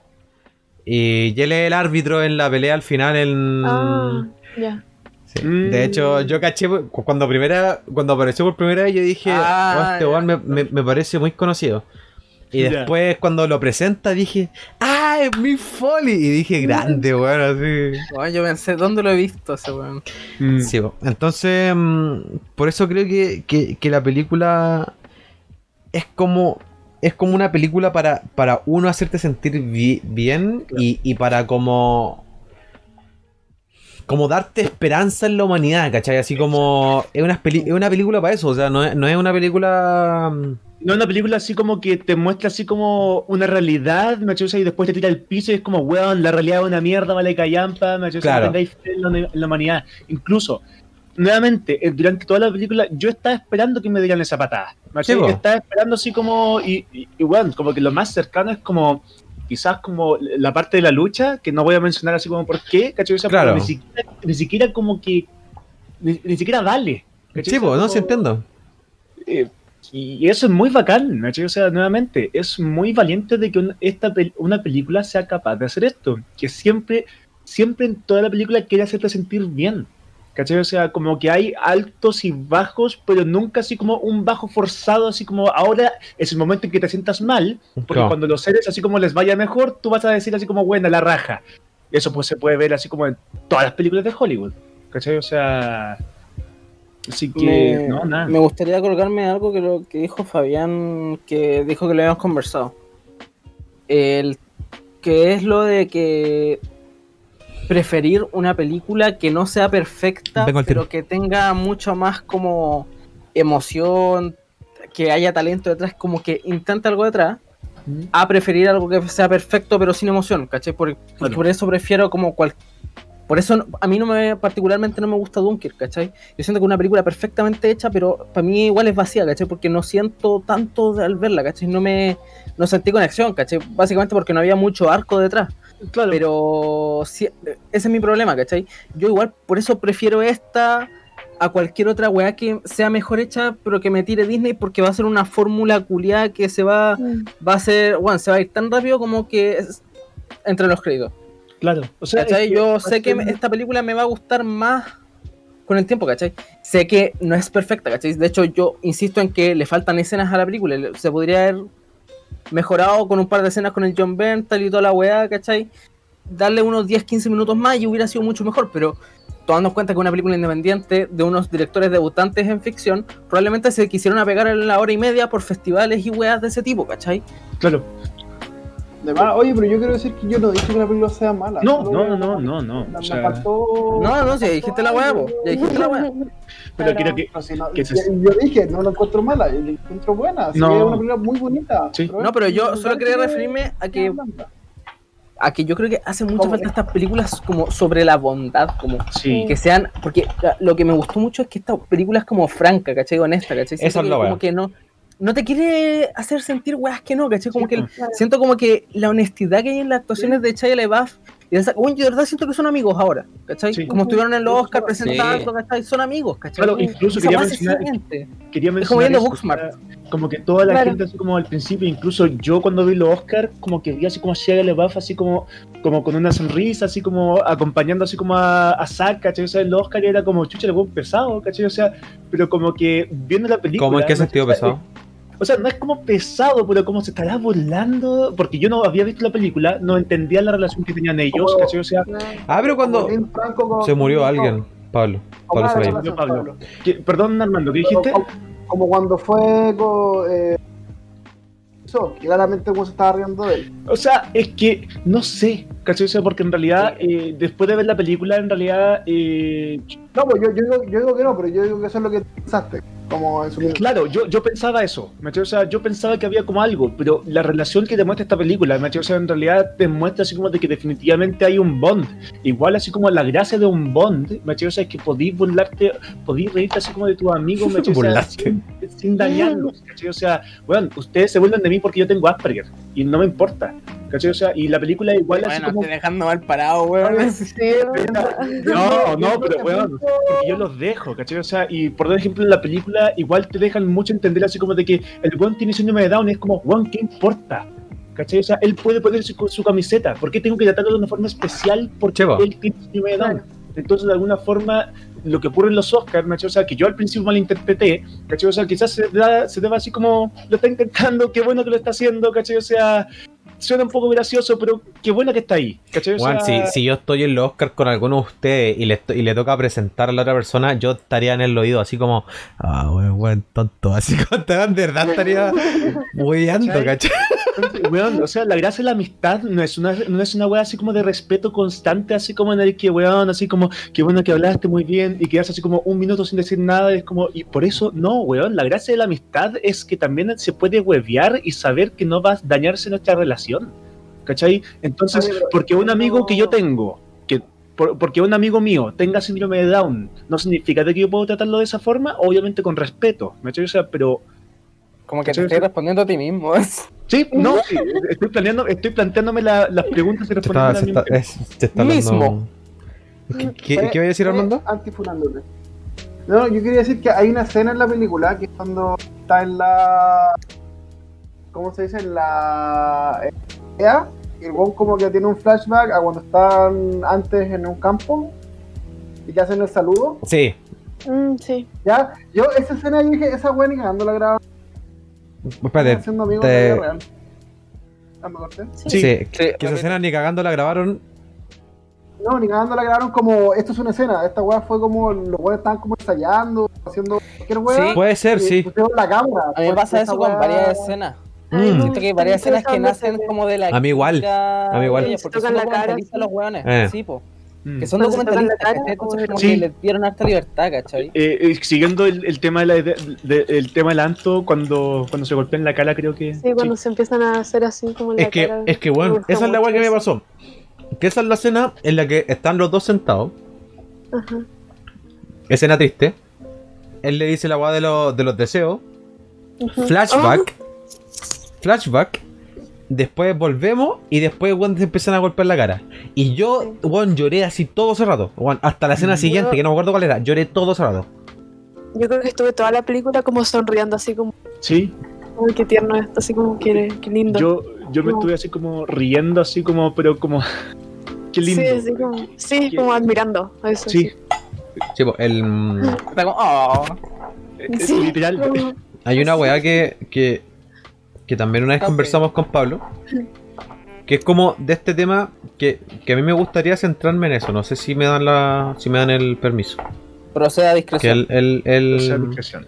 Y él es el árbitro en la pelea al final. En... Ah, ya. Sí. Mm. De hecho, yo caché cu- cuando primera cuando apareció por primera vez, yo dije, Ah, oh, este ya. weón me, me, me parece muy conocido. Y Ya. después cuando lo presenta dije, ¡ah, es Mick Foley! Y dije, grande, weón, así. Bueno, yo pensé, ¿dónde lo he visto ese weón? Mm. Sí, po. Entonces, mm, por eso creo que, que, que la película es como es como una película para, para uno hacerte sentir bi- bien y, y para como como darte esperanza en la humanidad, ¿cachai? Así como es una, peli- es una película para eso, o sea, no es, no es una película... mm, No, una película así como que te muestra así como una realidad, ¿me cachai? Y después te tira al piso y es como, weón, la realidad es una mierda, vale callampa, ¿me cachai? Claro. Tengáis fe en la, en la humanidad. Incluso, nuevamente, eh, durante toda la película, yo estaba esperando que me dieran esa patada. ¿me cachai? Sí, po. Estaba esperando así como, y, y, y, weón, como que lo más cercano es como, quizás como la parte de la lucha, que no voy a mencionar así como por qué, ¿cachai? O sea, Claro. porque Ni siquiera, ni siquiera como que, ni, ni siquiera vale. ¿cachai? Sí, O sea, pues, no como- se entiendo. eh, y eso es muy bacán, ¿cachai? O sea, nuevamente, es muy valiente de que un- esta pel- una película sea capaz de hacer esto. Que siempre, siempre en toda la película quiere hacerte sentir bien. ¿Cachai? O sea, como que hay altos y bajos, pero nunca así como un bajo forzado, así como ahora es el momento en que te sientas mal, porque Claro. cuando los seres así como les vaya mejor, tú vas a decir así como, buena, la raja. Eso pues se puede ver así como en todas las películas de Hollywood. ¿Cachai? O sea... Así que, Me, no, nada. me gustaría colgarme algo que lo que dijo Fabián, que dijo que lo habíamos conversado. El que es lo de que preferir una película que no sea perfecta, Vengo al tiro. pero que tenga mucho más como emoción, que haya talento detrás, como que intenta algo detrás, Mm. a preferir algo que sea perfecto pero sin emoción, ¿cachai? Por, Claro. por eso prefiero como cual... Por eso no- a mí no me particularmente no me gusta Dunkirk, ¿cachai? Yo siento que es una película perfectamente hecha, pero para mí igual es vacía, ¿cachai? Porque no siento tanto al verla, ¿cachai? No me no sentí conexión, ¿cachai? Básicamente porque no había mucho arco detrás. Claro. Pero sí, ese es mi problema, ¿cachai? Yo igual por eso prefiero esta a cualquier otra weá que sea mejor hecha, pero que me tire Disney, porque va a ser una fórmula culiada que se va, va a ser, bueno, se va a ir tan rápido como que es entre los créditos. Claro. O sea, ¿Cachai? es que Yo va a sé que ser- me- esta película me va a gustar más con el tiempo, ¿cachai? Sé que no es perfecta, ¿cachai? De hecho, yo insisto en que le faltan escenas a la película. Le- Se podría haber mejorado con un par de escenas con el John Bernthal y toda la weá, ¿cachai? Darle unos diez quince minutos más y hubiera sido mucho mejor, pero tomando en cuenta que una película independiente de unos directores debutantes en ficción, probablemente se quisieron apegar en la hora y media por festivales y weas de ese tipo, ¿cachai? Claro. De más, oye, pero yo quiero decir que yo no he dicho que la película sea mala. No, Solo no, que- no, no, no. Me O sea, faltó. No, no, si ya dijiste la weá, po, ya dijiste la weá. pero quiero que. No, si no, que yo, se- yo dije, no la encuentro mala, yo la encuentro buena. Así No. que es una película muy bonita. Sí. No, pero yo me solo quería parece referirme a que, blanda. a que yo creo que hace mucha ¿Cómo? falta estas películas como sobre la bondad, como Sí. que sean, porque la- lo que me gustó mucho es que esta película es como franca, ¿cachai? Honesta, ¿cachai? Siento Esa es que la como weá. que no, no te quiere hacer sentir weas que no, ¿cachai? Como Sí, que pues. siento como que la honestidad que hay en las actuaciones de Shia LaBeouf y de esa, bueno, yo de verdad siento que son amigos ahora, ¿cachai? Sí. Como estuvieron en los Sí. Oscars presentando, ¿cachai? Son amigos, ¿cachai? Claro, incluso Esa quería wea se mencionar, siente. quería Es como mencionar viendo eso, Booksmart. o sea, como que toda la Claro. gente así como al principio, incluso yo cuando vi los Oscar, como que vi así como a Shia LaBeouf así como, como con una sonrisa, así como acompañando así como a, a Zack, ¿cachai? O sea, el Oscar era como chucha, le fue un pesado, ¿cachai? O sea, pero como que viendo la película. ¿Cómo en qué ¿no? sentido O sea, pesado? O sea, no es como pesado, pero como se estará burlando, porque yo no había visto la película, no entendía la relación que tenían ellos, Como- ¿cachai? O sea, Ah, pero cuando Como Lin Franco con- se murió alguien, Pablo. Como- Pablo se como- fue. murió Pablo. que- perdón, Armando, ¿qué dijiste? Como, como cuando fue con. Eh, eso, que claramente como se estaba riendo de él. O sea, es que no sé, ¿cachai? O sea, porque en realidad, eh, después de ver la película, en realidad, eh, No, pues yo, yo, digo, yo digo que no, pero yo digo que eso es lo que pensaste. Como en su minuto. claro, yo, yo pensaba eso, ¿cachai? O sea, yo pensaba que había como algo, pero la relación que demuestra esta película, ¿cachai? O sea, en realidad demuestra así como de que definitivamente hay un bond, igual así como la gracia de un bond, ¿cachai? O sea, es que podís burlarte, podís reírte así como de tus amigos, ¿cachai? O sea, Burlarte. sin, sin dañarlos, ¿cachai? O sea, bueno, ustedes se burlan de mí porque yo tengo Asperger, y no me importa, ¿cachai? O sea, y la película igual así Bueno, como... estoy dejando mal parado, weón. Sí, es verdad. No, no, pero weón, porque yo los dejo, ¿cachai? O sea, y por ejemplo en la película igual te dejan mucho entender así como de que el weón tiene síndrome de Down y es como, weón, ¿qué importa? ¿Cachai? O sea, él puede ponerse su, su camiseta, ¿por qué tengo que tratarlo de una forma especial porque Che, va. él tiene síndrome de Down? Entonces, de alguna forma, lo que ocurre en los Oscars, ¿cachai? O sea, que yo al principio malinterpreté, ¿cachai? O sea, quizás se, da, se deba así como, lo está intentando, qué bueno que lo está haciendo, ¿cachai? O sea, suena un poco gracioso, pero qué bueno que está ahí, ¿cachai? O Juan, sea, si, si yo estoy en los Oscar con alguno de ustedes y le, to- y le toca presentar a la otra persona, yo estaría en el oído así como, ah, weón, weón, tonto, así como de verdad estaría hueando, ¿Cachai? ¿cachai? Weón, o sea, la gracia de la amistad no es una, no es una weá así como de respeto constante, así como en el que, weón, así como, qué bueno que hablaste muy bien y quedas así como un minuto sin decir nada, es como, y por eso, no, weón, la gracia de la amistad es que también se puede huevear y saber que no va a dañarse nuestra relación, ¿cachai? Entonces, Oye, pero- porque un amigo que yo tengo, que por- porque un amigo mío tenga síndrome de Down, no significa de que yo puedo tratarlo de esa forma, obviamente con respeto, ¿cachai? O sea, pero... Como que te Sí, estoy sí. respondiendo a ti mismo. Sí, no, sí, estoy planeando, estoy planteándome la- las preguntas y Se está, respondiendo se está, es- se está hablando... Mismo. ¿Qué, qué, qué iba a decir Fue Armando? Antifunándote. No, yo quería decir que hay una escena en la película que es cuando está en la. ¿Cómo se dice? En la. E A. Y el weón como que tiene un flashback a cuando están antes en un campo y que hacen el saludo. Sí, Mm, sí. Ya, yo esa escena yo dije, esa weá ni cagando la grabaron. espérate, Haciendo amigos te- de la vida real. Ah, ¿me corté? sí, Sí, que sí, esa escena ni cagando la grabaron. No, ni cagando la grabaron como, esto es una escena, esta weá fue como, los weones estaban como ensayando, haciendo cualquier weá. Sí. Puede ser, y sí. pusieron la cámara. A mí me pasa Porque eso esa con weá- varias escenas. A mí me Mm. gusta Siento que hay varias escenas que empezando nacen ese- como de la A mí igual, química a mí igual. de ellos, porque Se tocan son la cara, documentalistas sí. los hueones. Eh. Sí, po. Mm. Que son Cuando se tocan la documentalistas, cara, ¿cachai? Entonces o- como Sí. que les dieron harta libertad, ¿cachai? Eh, eh, siguiendo el, el tema de la, de- de- el tema del Anto cuando, cuando se golpea en la cara, creo que Sí, cuando sí. se empiezan a hacer así como en la Es que, cara. es que Me bueno, gusta esa es la mucho weá que me eso. pasó. Que esa es la escena en la que están los dos sentados. Ajá. Escena triste. Él le dice la weá de, los de los deseos. Ujú. Flashback. Flashback. Después volvemos y después weón se empiezan a golpear la cara. Y yo, weón, lloré así todo ese rato. Weón, hasta la escena siguiente, que no me acuerdo cuál era. Lloré todo ese rato. Yo creo que estuve toda la película como sonriendo, así como, Sí, uy, qué tierno esto, así como, qué, qué lindo. yo, yo me No. estuve así como riendo, así como, pero como, qué lindo. Sí, así como, sí, Qué- como admirando eso. Sí, Sí, po, el, mm, Está como, oh. eh, Sí, literal. como- hay una weá que, que, que también una vez Ok. conversamos con Pablo, que es como de este tema que, que a mí me gustaría centrarme en eso. No sé si me dan la si me dan el permiso. Proceda a Que discreción. el, el, el- O sea, discreción.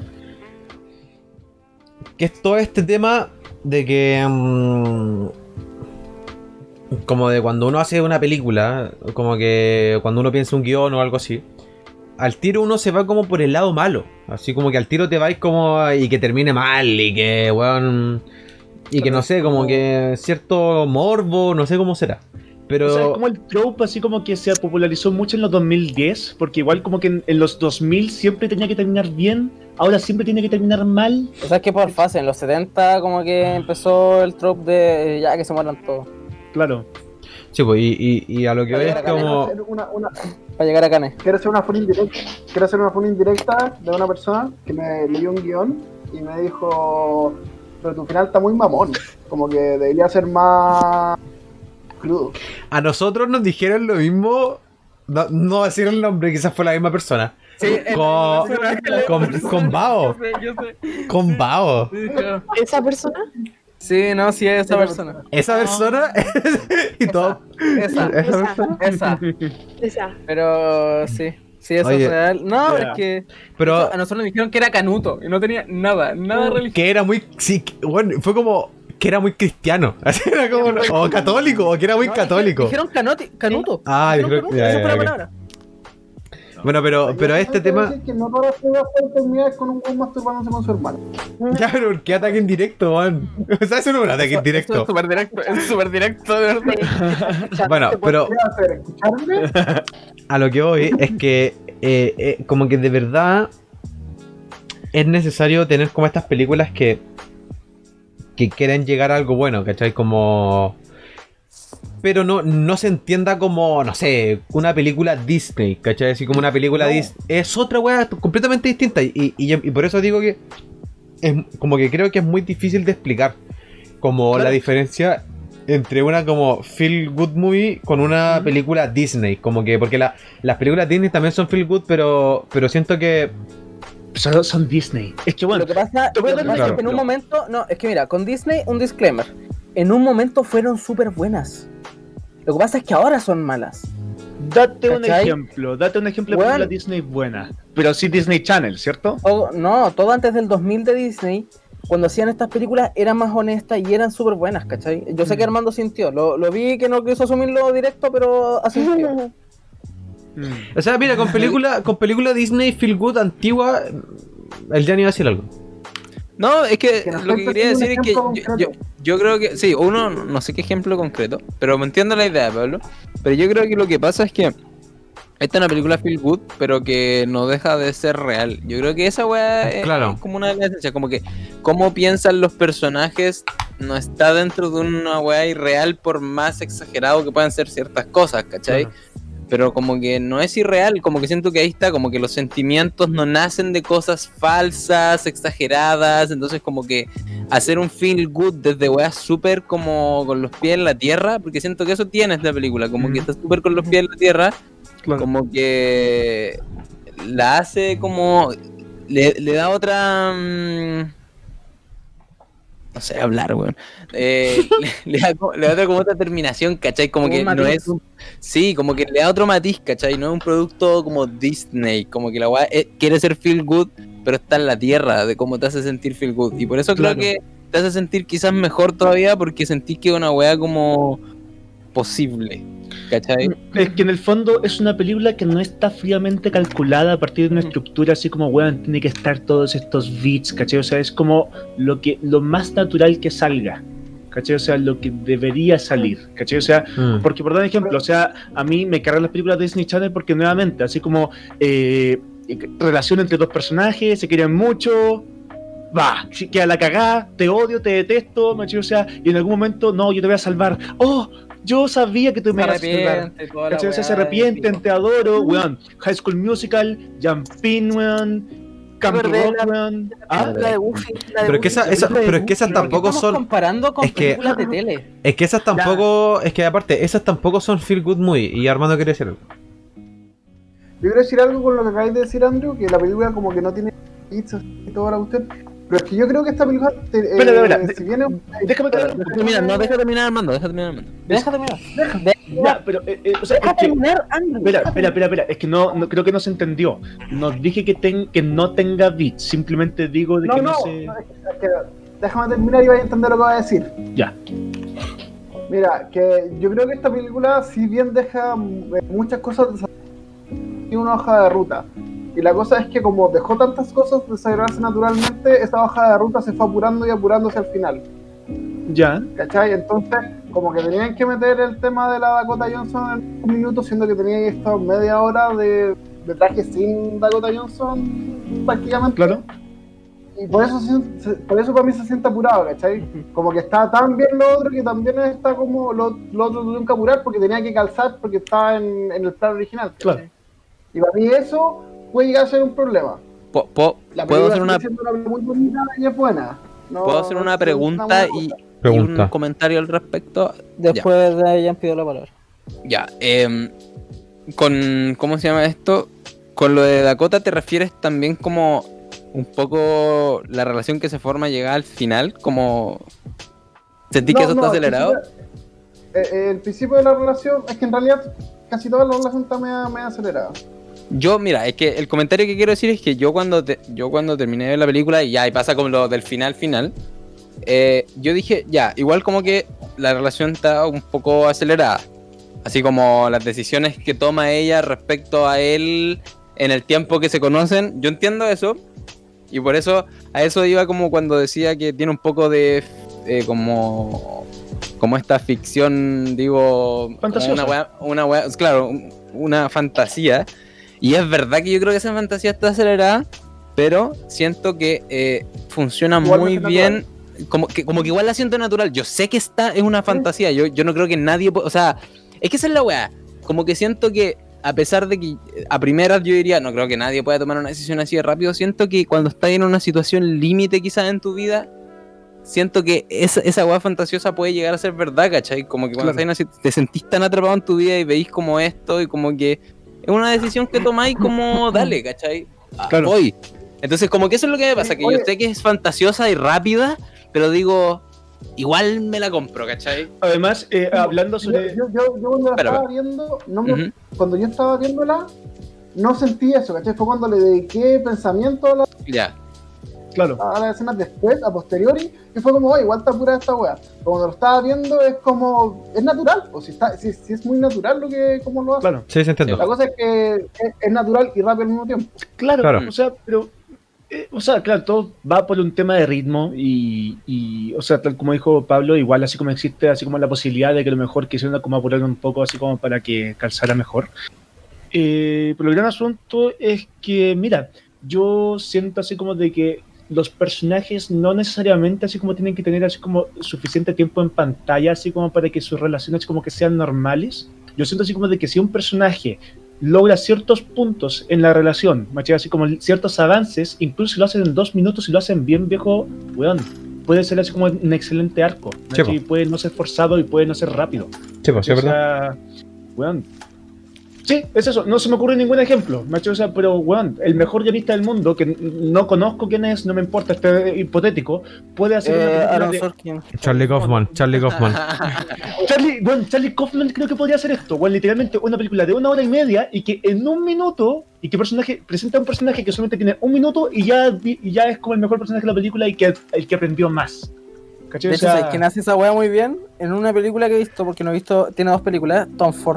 que es todo este tema de que mm, como de cuando uno hace una película, como que cuando uno piensa un guión o algo así, al tiro uno se va como por el lado malo, así como que al tiro te vais como y que termine mal y que weón y que no sé, como que cierto morbo, no sé cómo será. Pero O sea, es como el trope así como que se popularizó mucho en los dos mil diez, porque igual como que en, en los dos mil siempre tenía que terminar bien, ahora siempre tiene que terminar mal. O sea, es que por fase, en los setenta como que empezó el trope de eh, ya que se mueran todos. Claro. sí, pues, y, y, y a lo que voy es Quiero como hacer una, una- Para llegar a Cannes. quiero hacer una funa indirecta. Quiero hacer una funa indirecta de una persona que me leyó un guión y me dijo, pero tu final está muy mamón. Como que debería ser más crudo. a nosotros nos dijeron lo mismo, no, no voy a decir el nombre, quizás fue la misma persona. Con, con, con Bao, con Bao. ¿Esa persona? Sí, no, sí, esa persona. Esa persona y todo. Esa, Esa Esa. persona. esa. Esa. Pero sí, sí, eso Oye, es real. No, ya. es que Pero a nosotros nos dijeron que era Canuto y no tenía nada, nada religioso. que era muy. Sí, que- bueno, fue como que era muy cristiano. Así era como. O católico, o que era muy No, católico. Dijeron, dijeron canoti- Canuto. Ah, Dijeron dijeron- Canuto, ya, esa ya, fue la ya. palabra. Bueno, pero, pero este Yo quiero tema. decir que no todas las pruebas pueden terminar con un buen masturbándose con su hermano. Ya, pero ¿qué ataque en directo, man? O sea, eso no es un ataque en Eso directo. es súper directo, es súper directo, de verdad. Bueno, pero ¿Qué hacer? ¿Escucharme? a lo que voy es que eh, eh, como que de verdad es necesario tener como estas películas que que quieren llegar a algo bueno, ¿cachai? Como pero no, no se entienda como, no sé, una película Disney, ¿cachai? Así como una película No. Disney. Es otra weá completamente distinta. Y, y, y por eso digo que es como que creo que es muy difícil de explicar. Como Claro. la diferencia entre una como feel good movie con una película Disney. Como que, porque la- las películas Disney también son feel good, pero, pero siento que. Son, son Disney. Es que bueno, Lo que pasa, te voy a lo dar que un pasa es que en ejemplo. un momento, no, es que mira, con Disney, un disclaimer. En un momento fueron súper buenas. Lo que pasa es que ahora son malas. Date un ¿Cachai? ejemplo, date un ejemplo de Bueno. película Disney buena. Pero sí Disney Channel, ¿cierto? Todo- no, todo antes del dos mil de Disney, cuando hacían estas películas, eran más honestas y eran súper buenas, ¿cachai? Yo sé que Armando sintió, lo, lo vi que no quiso asumirlo directo, pero asintió. Mm. O sea, mira, con película, con película Disney feel good antigua, el Gianni iba a decir algo. No, es que Que nos lo que cuentes quería un decir es que ejemplo yo, concreto. yo, yo creo que, sí, uno, no sé qué ejemplo concreto, pero me entiendo la idea, Pablo. Pero yo creo que lo que pasa es que esta es una película feel good, pero que no deja de ser real. Yo creo que esa weá es, Claro. es como una de las esencias, como que cómo piensan los personajes no está dentro de una weá irreal por más exagerado que puedan ser ciertas cosas, ¿cachai? Pero como que no es irreal, como que siento que ahí está, como que los sentimientos no nacen de cosas falsas, exageradas, entonces como que hacer un feel good desde weas súper como con los pies en la tierra, porque siento que eso tiene esta película, como que está súper con los pies en la tierra, Claro. como que la hace como, le, le da otra... mm, no sé hablar, weón. Eh, le, le da, como- le da otra, como otra terminación, ¿cachai? Como Un que no matiz. es un... Sí, como que le da otro matiz, ¿cachai? No es un producto como Disney, como que la weá eh, quiere ser feel good, pero está en la tierra de cómo te hace sentir feel good. Y por eso Claro. creo que te hace sentir quizás mejor todavía porque sentís que es una weá como posible, ¿cachai? Es que en el fondo es una película que no está fríamente calculada a partir de una estructura así como, weón, tiene que estar todos estos beats, ¿cachai? O sea, es como lo que lo más natural que salga, ¿cachai? O sea, lo que debería salir, ¿cachai? O sea, Mm. porque por dar un ejemplo, o sea, a mí me cargan las películas de Disney Channel porque nuevamente, así como eh, relación entre dos personajes, se quieren mucho, va, si queda la cagada, te odio, te detesto, ¿cachai? O sea, y en algún momento, no, yo te voy a salvar, oh, yo sabía que tú me Se ibas a salvar. arrepiente, toda la ¿Cachai? O sea, se weá, arrepienten, tipo. te adoro, weón. High School Musical, Jumpin, weón. Camp Acordé Rock, la- weón. La Ah, película de Goofy. La de Pero es que Goofy. esa, esa- pero es que esas Pero tampoco ¿qué estamos son. comparando con es que- películas de tele. Es que esas tampoco. Es que aparte, esas tampoco son feel good movie. Y Armando quiere decir algo. Yo quiero decir algo con lo que acabáis de decir, Andrew, que la película como que no tiene pizzas y toda la cuestión. Pero es que yo creo que esta película, te, eh, Espera, espera, de- si viene... déjame acabar. Deja terminar, no, deja terminar Armando, deja terminar Armando. Deja terminar. De- Ya, pero, eh, eh, o sea, Deja es que, terminar, Andrew. espera, Deja espera, espera, espera, es que no, no creo que no se entendió. No dije que, ten, que no tenga beats, simplemente digo de No, que no, no, se... no, es que- es que déjame terminar y vais a entender lo que voy a decir. Ya, Mira, que yo creo que esta película, si bien deja eh, muchas cosas, tiene una hoja de ruta. Y la cosa es que como dejó tantas cosas desarrollarse naturalmente, esa hoja de ruta se fue apurando y apurándose al final. ya, ¿Cachai? Entonces, como que tenían que meter el tema de la Dakota Johnson en un minuto, siendo que tenía esta media hora de, de traje sin Dakota Johnson prácticamente. claro. Y por eso, se- se- por eso para mí se siente apurado, ¿cachai? Como que está tan bien lo otro que también está como lo, lo otro tuvieron que apurar porque tenía que calzar porque estaba en, en el plan original, ¿cachai? Claro. Y para mí eso puede llegar a ser un problema. Po- po- La ¿Puedo película hacer una, sigue siendo una película muy bonita y es buena. No- ¿puedo hacer no una es pregunta buena y, cosa. y Pregunta. un comentario al respecto? Después de hayan pedido la palabra. Ya, em, con, ¿cómo se llama esto? Con lo de Dakota te refieres también como un poco la relación que se forma llega al final, como sentí que No, eso no, está acelerado. El principio, eh, eh, el principio de la relación es que en realidad casi toda la relación está media, media acelerada. Yo, mira, es que el comentario que quiero decir es que yo cuando te- yo cuando terminé de ver la película y ya, y pasa como lo del final final, eh, yo dije, ya, igual como que la relación está un poco acelerada. Así como las decisiones que toma ella respecto a él en el tiempo que se conocen, yo entiendo eso. Y por eso, a eso iba como cuando decía que tiene un poco de eh, como, como esta ficción, digo, como Fantasiosa. una wea, una wea, claro, un- una fantasía. Y es verdad que yo creo que esa fantasía está acelerada, pero siento que eh, funciona Igual muy es bien. Como que, como que igual la siento natural. Yo sé que está es una fantasía. Yo, yo no creo que nadie. po- O sea, es que esa es la weá. Como que siento que, a pesar de que eh, a primeras yo diría, no creo que nadie pueda tomar una decisión así de rápido. Siento que cuando estás en una situación límite, quizás en tu vida, siento que esa, esa weá fantasiosa puede llegar a ser verdad, ¿cachai? Como que cuando Claro. estás en una sit- te sentís tan atrapado en tu vida y veis como esto y como que es una decisión que tomáis como dale, ¿cachai? Ah, Claro. voy. Entonces, como que eso es lo que me pasa, que Oye. yo sé que es fantasiosa y rápida, pero digo, igual me la compro, ¿cachai? Además, eh, hablando Yo, sobre... yo, yo, yo cuando la Espera, estaba viendo, no me- Ujú. cuando yo estaba viéndola, no sentí eso, ¿cachai? Fue cuando le dediqué pensamiento a, la- Ya. Claro, a las escenas después, a posteriori, y fue como, oh, igual está pura esta wea. Pero cuando lo estaba viendo es como, es natural, o si, está, si, si es muy natural lo que, como lo hace. claro. Sí, se entiende. La cosa es que es, es natural y rápido al mismo tiempo. Claro, Claro. o sea, pero... eh, o sea, claro, todo va por un tema de ritmo y, y, o sea, tal como dijo Pablo, igual así como existe, así como la posibilidad de que a lo mejor quisieran como apurarlo un poco, así como para que calzara mejor. Eh, pero el gran asunto es que, mira, yo siento así como de que los personajes no necesariamente así como tienen que tener así como suficiente tiempo en pantalla, así como para que sus relaciones como que sean normales. Yo siento así como de que si un personaje logra ciertos puntos en la relación, ¿machai? Así como ciertos avances, incluso si lo hacen en dos minutos y lo hacen bien, viejo, weón, puede ser así como un excelente arco, ¿machai? po. Puede no ser forzado y puede no ser rápido. Sí, pues, sí, O es verdad. sea, weón. Sí, es eso, no se me ocurre ningún ejemplo, macho, o sea, pero weón, el mejor guionista del mundo, que n- no conozco quién es, no me importa, este hipotético, puede hacer una Eh, película Aaron de... Sorkin. Charlie Kaufman, Charlie Kaufman. Charlie, bueno, Charlie Kaufman creo que podría hacer esto, bueno, literalmente una película de una hora y media y que en un minuto, y que personaje presenta un personaje que solamente tiene un minuto y ya, vi- y ya es como el mejor personaje de la película y que el que aprendió más. ¿Cachai? De O hecho, sea, ¿sabes quién hace esa wea muy bien? En una película que he visto, porque no he visto, tiene dos películas, Tom Ford.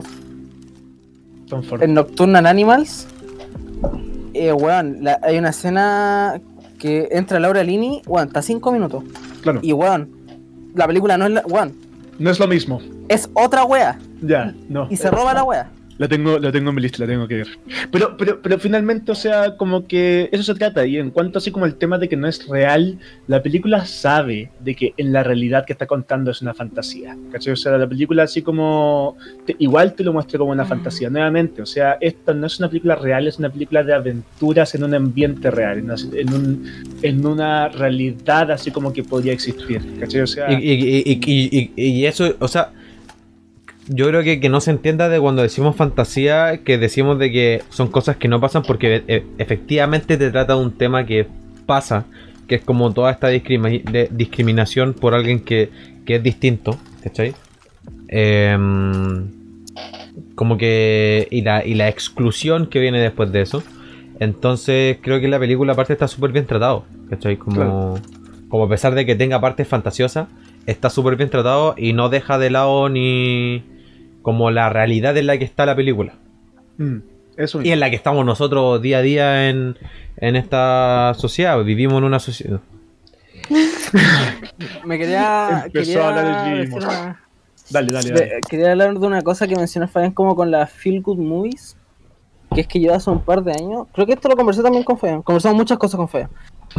Tom Ford. En Nocturnal Animals, eh, weón, la- hay una escena que entra Laura Linney, weón, está cinco minutos. Claro, Y weón, la película no es la, weón, no es lo mismo. es otra wea. Ya, no. Y se roba la wea. La tengo, la tengo en mi lista, la tengo que ver. Pero, pero, pero finalmente, o sea, como que eso se trata. Y en cuanto así como el tema de que no es real, la película sabe de que en la realidad que está contando es una fantasía. ¿Cachai? O sea, la película así como te, igual te lo muestra como una fantasía. Nuevamente, o sea, esta no es una película real, es una película de aventuras en un ambiente real, en una, en un, en una realidad así como que podría existir. ¿Cachai? O sea, Y, y, y, y, y, y eso, o sea, yo creo que, que no se entienda de cuando decimos fantasía, que decimos de que son cosas que no pasan, porque e- efectivamente te trata de un tema que pasa, que es como toda esta discrimi- de- discriminación por alguien que, que es distinto, ¿cachai? Em, como que... Y la, y la exclusión que viene después de eso. Entonces creo que la película aparte está súper bien tratado, ¿cachai? Como, Claro. como a pesar de que tenga partes fantasiosas, está súper bien tratado y no deja de lado ni como la realidad en la que está la película. mm, eso Y mismo. en la que estamos nosotros día a día en, en esta sociedad. Vivimos en una sociedad. Me quería. Empezó quería a hablar el decir vivimos. una- Dale, dale, de- dale. quería hablar de una cosa que mencionó Fabián como con las Feel Good Movies. Que es que yo hace un par de años. Creo que esto lo conversé también con Fabián. Conversamos muchas cosas con Fabián.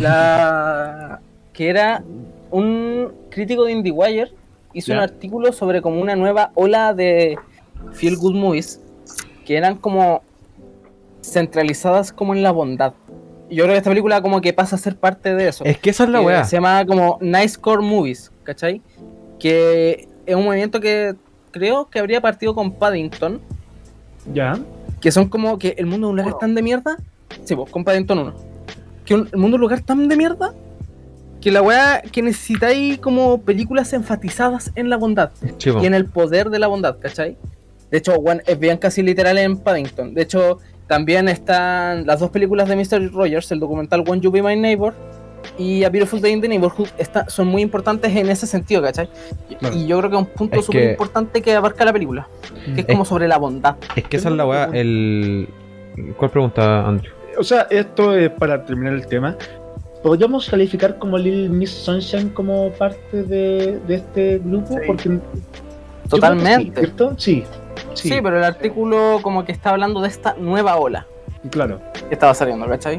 La. Que era un crítico de IndieWire. Hizo Ya. un artículo sobre como una nueva ola de Feel Good Movies. Que eran como centralizadas como en la bondad. Y yo creo que esta película como que pasa a ser parte de eso. Es que esa es la que weá. se llama como Nice Core Movies, ¿cachai? Que es un movimiento que creo que habría partido con Paddington, Ya. que son como que el mundo de un lugar es tan de mierda. Sí, pues con Paddington uno. Que un- el mundo de un lugar tan de mierda que la weá que necesitáis como películas enfatizadas en la bondad Sí, po. y en el poder de la bondad, ¿cachai? De hecho, bueno, es bien casi literal en Paddington. De hecho, también están las dos películas de mister Rogers, el documental Won't You Be My Neighbor y A Beautiful Day in the Neighborhood, está, son muy importantes en ese sentido, ¿cachai? Y, Claro. y yo creo que es un punto Es súper que- importante que abarca la película, que es como sobre la bondad. Es que esa es la weá. El... ¿Cuál pregunta, Andrew? O sea, esto es para terminar el tema. ¿Podríamos calificar como Little Miss Sunshine como parte de, de este grupo? Sí. Porque yo Totalmente. creo que sí, ¿cierto? Sí. Sí. Sí, pero el artículo como que está hablando de esta nueva ola claro. que estaba saliendo, ¿cachai?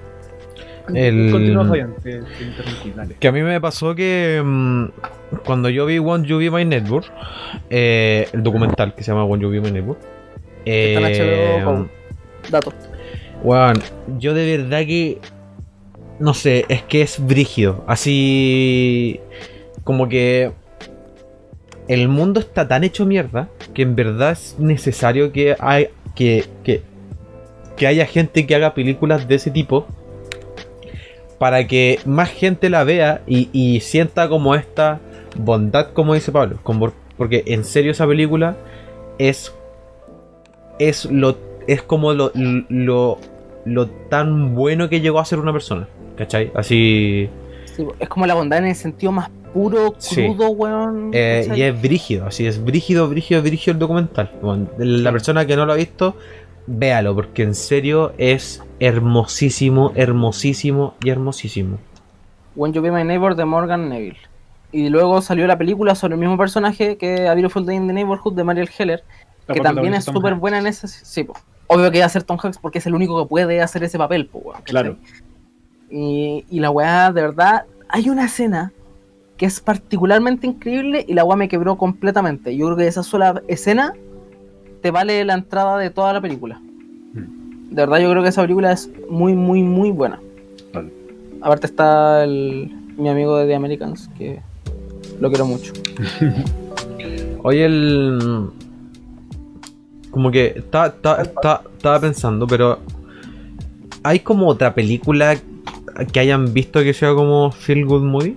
El- Continúa, Fabián, te, te interrumpí, dale. Que a mí me pasó que mm, cuando yo vi Won't You Be My Neighbor, eh, el documental que se llama Won't You Be My Neighbor, Que está en H B O Go. Dato. weón, yo de verdad que no sé, es que es brígido, así como que el mundo está tan hecho mierda que en verdad es necesario que hay que, que, que haya gente que haga películas de ese tipo para que más gente la vea y, y sienta como esta bondad, como dice Pablo, como, porque en serio esa película es es lo es como lo, lo lo tan bueno que llegó a ser una persona, ¿cachai? Así Sí, es como la bondad en el sentido más puro, Sí. crudo, weón. eh, ¿cachai? y es brígido, así es brígido, brígido, brígido el documental. Bueno, la persona que no lo ha visto, véalo, porque en serio es hermosísimo, hermosísimo y hermosísimo. When You Be My Neighbor de Morgan Neville. Y luego salió la película sobre el mismo personaje que A Beautiful Day in the Neighborhood de Mariel Heller, La que cual también es protagoniza Tom súper Hanks. buena en ese... Sí, po. Obvio que va a ser Tom Hanks porque es el único que puede hacer ese papel, po, weón, ¿cachai? Claro. Y, y la weá, de verdad, hay una escena que es particularmente increíble y la weá me quebró completamente. Yo creo que esa sola escena te vale la entrada de toda la película. De verdad, yo creo que esa película es muy, muy, muy buena. Vale. Aparte está el, mi amigo de The Americans, que lo quiero mucho. Oye, el. Como que está- está- está- estaba pensando, pero. ¿Hay como otra película que hayan visto que sea como Feel Good Movie?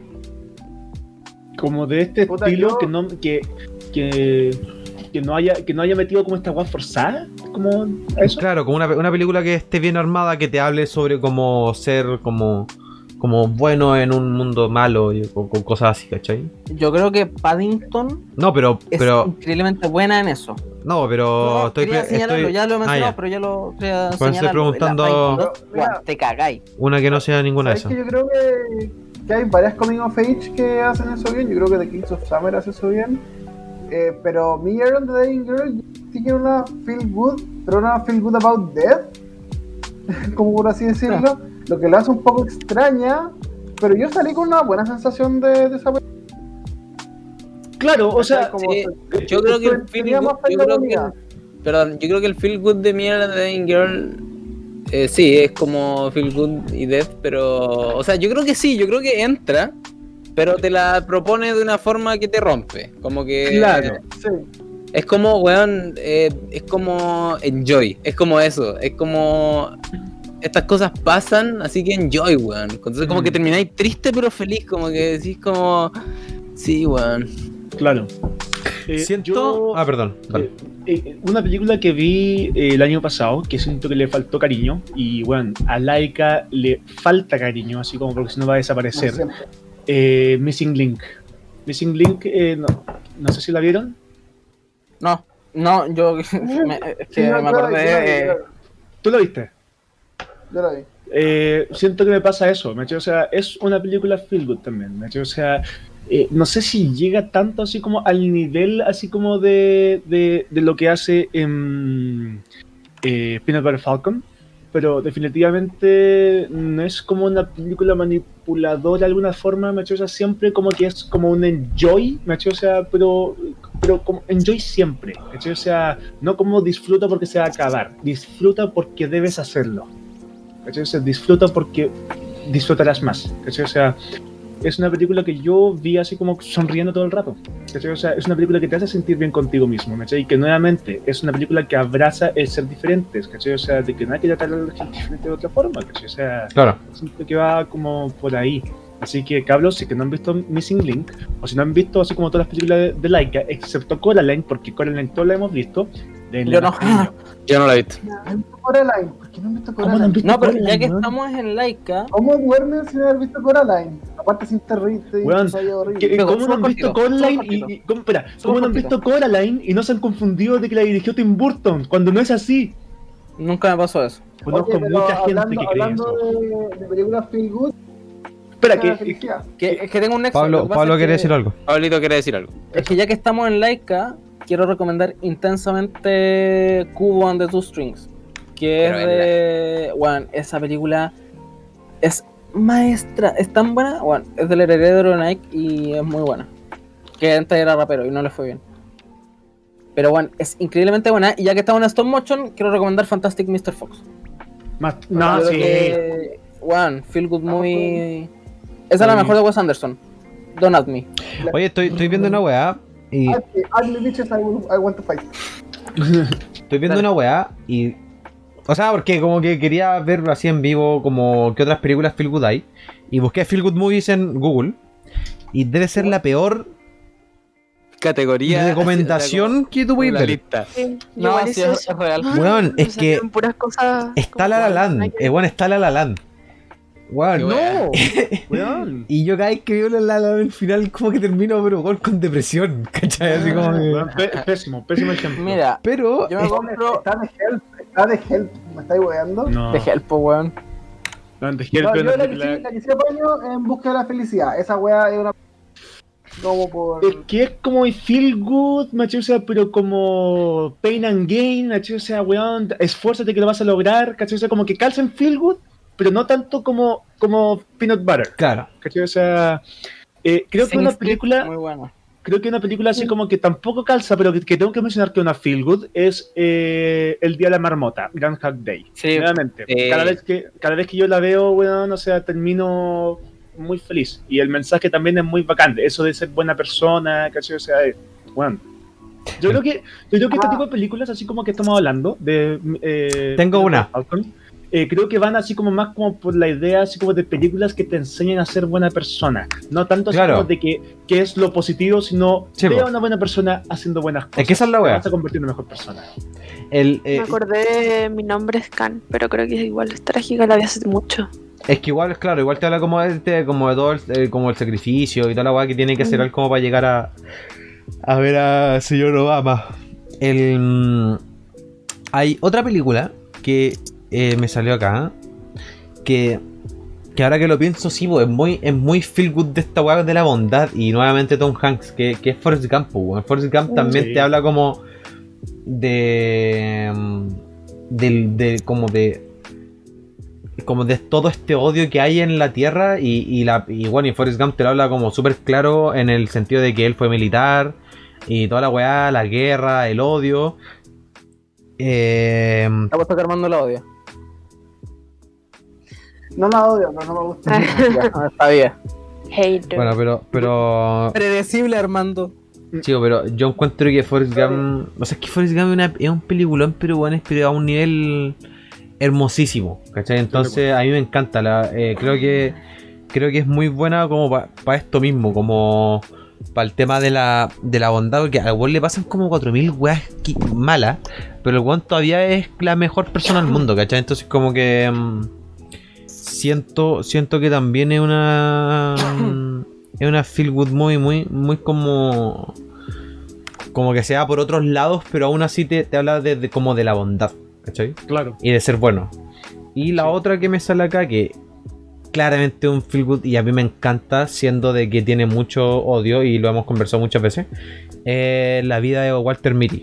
Como de este Puta, estilo yo- que no que, que que no haya que no haya metido como esta guay forzada, como a eso. Claro, como una, una película que esté bien armada, que te hable sobre cómo ser como, como bueno en un mundo malo y con, con cosas así, ¿cachai? Yo creo que Paddington No, pero, es pero, increíblemente buena en eso. no, pero No, estoy, quería estoy- señalarlo, ya lo he ah, mencionado, ya. pero ya lo quería Por eso estoy señalar. preguntando- Te cagáis. Una que no sea ninguna de ¿Sabes esas. que yo creo que, que hay varias coming of age que hacen eso bien? Yo creo que The Kings of Summer hace eso bien. Eh, pero Me, Aaron the Dying Girl sentí que era una feel good, pero una feel good about death, como por así decirlo, lo que la hace un poco extraña, pero yo salí con una buena sensación de, de esa película. Claro, o sea, Como sí, se- yo creo que el feel tenía good, más fe en yo la creo que, comunidad. perdón, yo creo que el feel good de mierda de Dying Girl, eh, sí, es como feel good y death, pero, o sea, yo creo que sí, yo creo que entra, pero te la propone de una forma que te rompe, como que claro. Sí. es como, weón, eh, es como enjoy, es como eso, es como estas cosas pasan, así que enjoy, weón. Entonces como Mm. que termináis triste pero feliz, como que decís como, sí, weón. Claro. Eh, Siento. yo- Ah, perdón. Vale. Eh, eh, una película que vi eh, el año pasado, que siento que le faltó cariño, y bueno, a Laika le falta cariño, así como porque si no va a desaparecer. Siempre. Eh, Missing Link. Missing Link, eh, no, no sé si la vieron. No, no, yo me, es que Sí, yo me la vi, yo la vi, acordé. yo eh, la vi, ¿Tú la viste? yo la vi. Eh, siento que me pasa eso, ¿me cachai? O sea, es una película feel good también, ¿me cachai? O sea, eh, no sé si llega tanto así como al nivel así como de, de, de lo que hace en eh, Peanut Butter Falcon, pero definitivamente no es como una película manipuladora de alguna forma, ¿me cachai? O sea, siempre como que es como un enjoy, ¿me cachai? O sea, pero, pero como enjoy siempre, ¿me cachai? O sea, no como disfruta porque se va a acabar, disfruta porque debes hacerlo. ¿Cachai? O sea, disfruta porque disfrutarás más. ¿Cachai? O sea, es una película que yo vi así como sonriendo todo el rato. ¿Cachai? O sea, es una película que te hace sentir bien contigo mismo. ¿Cachai? Y que nuevamente es una película que abraza el ser diferentes. ¿Cachai? O sea, de que no hay que tratar a la gente diferente de otra forma. ¿Cachai? O sea, Claro. siento que va como por ahí. Así que, cabros, si que no han visto Missing Link, o si no han visto así como todas las películas de, de Laika, excepto Coraline, porque Coraline todas la hemos visto, denle Yo no. más cariño. Yo no la he visto. ¿No han visto Coraline? ¿Por qué no han visto ¿Cómo no han Coraline? visto No, pero Coraline, ya que weón? estamos en Laika, ¿Cómo duermen sin haber visto Coraline? Aparte sin terrorista y Weón, ensayo horrible. ¿Qué- Pero ¿Cómo no solo han visto cortito, solo Coraline? Y, cortito. y- ¿cómo, espera, Solo ¿cómo no han cortito. visto Coraline y no se han confundido de que la dirigió Tim Burton? Cuando no es así. nunca me pasó eso. Conozco Oye, pero mucha gente hablando, que cree hablando eso. de, de películas feel good, Espera, la que, felicidad. Que, es que tengo un nexo. lo Pablo, que pasa Pablo es quiere que- decir algo. Pablito quiere decir algo. Es que ya que estamos en Laika, quiero recomendar intensamente Cubo and the Two Strings. Que Pero es de. Bueno, esa película es maestra, es tan buena. Bueno, es del heredero de Nike y es muy buena. Que antes era rapero y no le fue bien. Pero bueno, es increíblemente buena. Y ya que estamos en stop motion, quiero recomendar Fantastic mister Fox. más, no, Yo creo sí. que, Bueno, Feel Good Movie. Esa es la Sí. mejor de Wes Anderson. Don't at me. Oye, estoy, estoy viendo una weá y. Ugly, ugly bitches I, will- I want to fight. Estoy viendo una weá y. O sea, porque como que quería ver así en vivo como que otras películas Feel Good hay. Y busqué Feel Good Movies en Google. Y debe ser la peor Categoría. recomendación que tú puedes la ver. lista. Sí, No, igual sí, hice es, eso. es real. Weón, es Me que salieron puras cosas está como La La que Land. nada que Eh, bueno, está La La Land. Weón, Qué no. wea. Weón. Y yo cada vez que veo La La Land al final como que termino pero weón, con depresión. ¿Cachai? Así como que- Weón, pe- pésimo, pésimo ejemplo. Mira, Pero yo me es- compro. Está de help, está de help. ¿Me estáis weando? No, De Help, weón. no, de No, Help es yo una la que, película- sí, la que sí apaño en busca de la felicidad. Esa wea es una. Como por. Es que es como feel good, macho, o sea, pero como pain and gain, macho, o sea, weón, esfuérzate que lo vas a lograr, ¿cachai? O sea, como que calza en feel good, pero no tanto como, como peanut butter, claro. ¿cachai? O sea, eh, creo que Sing una Street, película, muy buena. creo que una película así como que tampoco calza, pero que, que tengo que mencionar que una feel good es eh, El Día de la Marmota, Groundhog Day. Sí. Nuevamente, Sí. cada vez que cada vez que yo la veo, weón, o sea, termino muy feliz. Y el mensaje también es muy bacán, de eso de ser buena persona, ¿cachai? O sea, es, bueno. Yo creo que, yo creo que este Ah. tipo de películas, así como que estamos hablando, de eh, Tengo una. Falcon, eh, creo que van así como más como por la idea así como de películas que te enseñan a ser buena persona. No tanto así Claro. como de que, que es lo positivo, sino Sí, vea po. una buena persona haciendo buenas cosas. Es que esa es la Te wea. vas a convertir en una mejor persona. El, eh, Me acordé de Mi nombre es Khan, pero creo que igual es trágica, la vi hace mucho. es que igual, claro, igual te habla como de, este- como de todo el, eh, como el sacrificio y toda la weá que tiene que hacer él como para llegar a, a ver a señor Obama. El, mm, hay otra película que eh, me salió acá, que, que ahora que lo pienso, sí, pues, es muy, es muy feel good de esta weá de la bondad. Y nuevamente Tom Hanks, que, que es Forrest Gump, pues, weón. Forrest Gump también Sí. te habla como de, del de como de como de todo este odio que hay en la tierra y, y la y bueno, y Forrest Gump te lo habla como súper claro en el sentido de que él fue militar y toda la weá, la guerra, el odio. Eh, Te ha puesto que Armando la odia. No la odio, pero no me gusta. Ya, no, está bien. Hater. bueno, pero pero Predecible, Armando. chico, pero yo encuentro que Forrest Gump, o sea, es que Forrest Gump es, una- es un peliculón, pero bueno, es pero a un nivel hermosísimo, ¿cachai? Entonces a mí me encanta, la, eh, creo que creo que es muy buena como para esto mismo, como para el tema de la, de la bondad, porque al weón le pasan como cuatro mil weas qui- malas, pero el weón todavía es la mejor persona del mundo, ¿cachai? Entonces como que mm, siento siento que también es una es una feel good movie muy muy como como que se va por otros lados, pero aún así te, te habla de, de como de la bondad, ¿cachai? Claro. Y de ser bueno. Y la otra que me sale acá, que claramente un feel good y a mí me encanta, siendo de que tiene mucho odio y lo hemos conversado muchas veces, es la vida de Walter Mitty.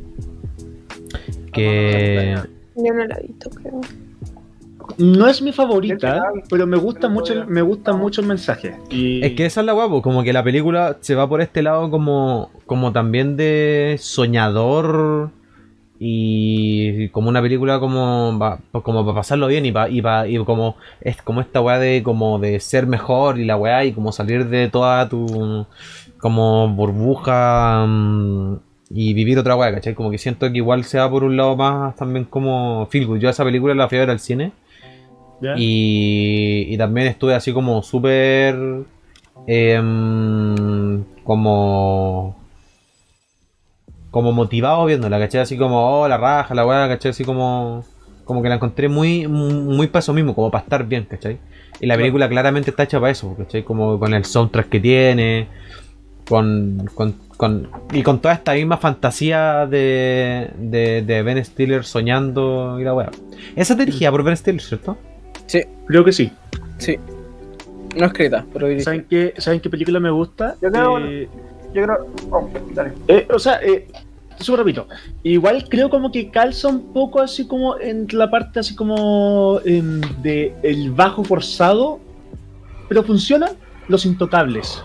Que Yo no la he visto, creo. No es mi favorita, pero me gusta mucho, me gusta mucho el mensaje. Y es que esa es la guapo, como que la película se va por este lado como, como también de soñador y como una película como pa- como para pasarlo bien y pa, y, pa- y como es como esta weá de como de ser mejor y la weá y como salir de toda tu como burbuja mm, y vivir otra weá, ¿cachai? Como que siento que igual se va por un lado más también como feel good. Yo esa película la fui a ver al cine. ¿ya? Y, y también estuve así como súper em, como como motivado viéndola, ¿cachai? Así como, oh, la raja, la weá, ¿cachai? Así como como que la encontré muy muy para eso mismo, como para estar bien, ¿cachai? Y la película claramente está hecha para eso, ¿cachai? Como con el soundtrack que tiene, con, con, con y con toda esta misma fantasía de, de, de Ben Stiller soñando y la weá. Esa es dirigida por Ben Stiller, ¿cierto? Sí, Creo que sí. sí. No escrita, pero dirigida. ¿Saben qué, ¿saben qué película me gusta? Yo creo- Eh, Yo creo. Oh, dale. eh, o sea, eh, súper repito. Igual creo como que calza un poco así como en la parte así como em, de el bajo forzado, pero funciona Los Intocables,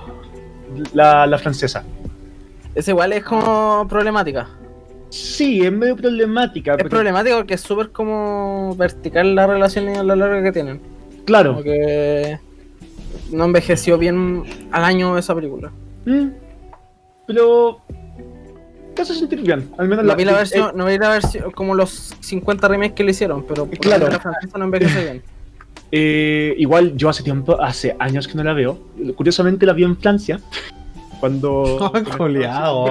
la, la francesa. Esa igual es como problemática. Sí, es medio problemática. Es pero- problemático porque es súper como vertical la relación y a lo largo que tienen. Claro. Como que no envejeció bien al año esa película. Mm, pero te hace sentir bien. Al menos No vi la eh, versión, no vi la versión como los cincuenta remakes que le hicieron, pero por Claro. la francesa no envejece bien. eh, igual yo hace tiempo, hace años que no la veo. Curiosamente la vi en Francia. Cuando. Coleado.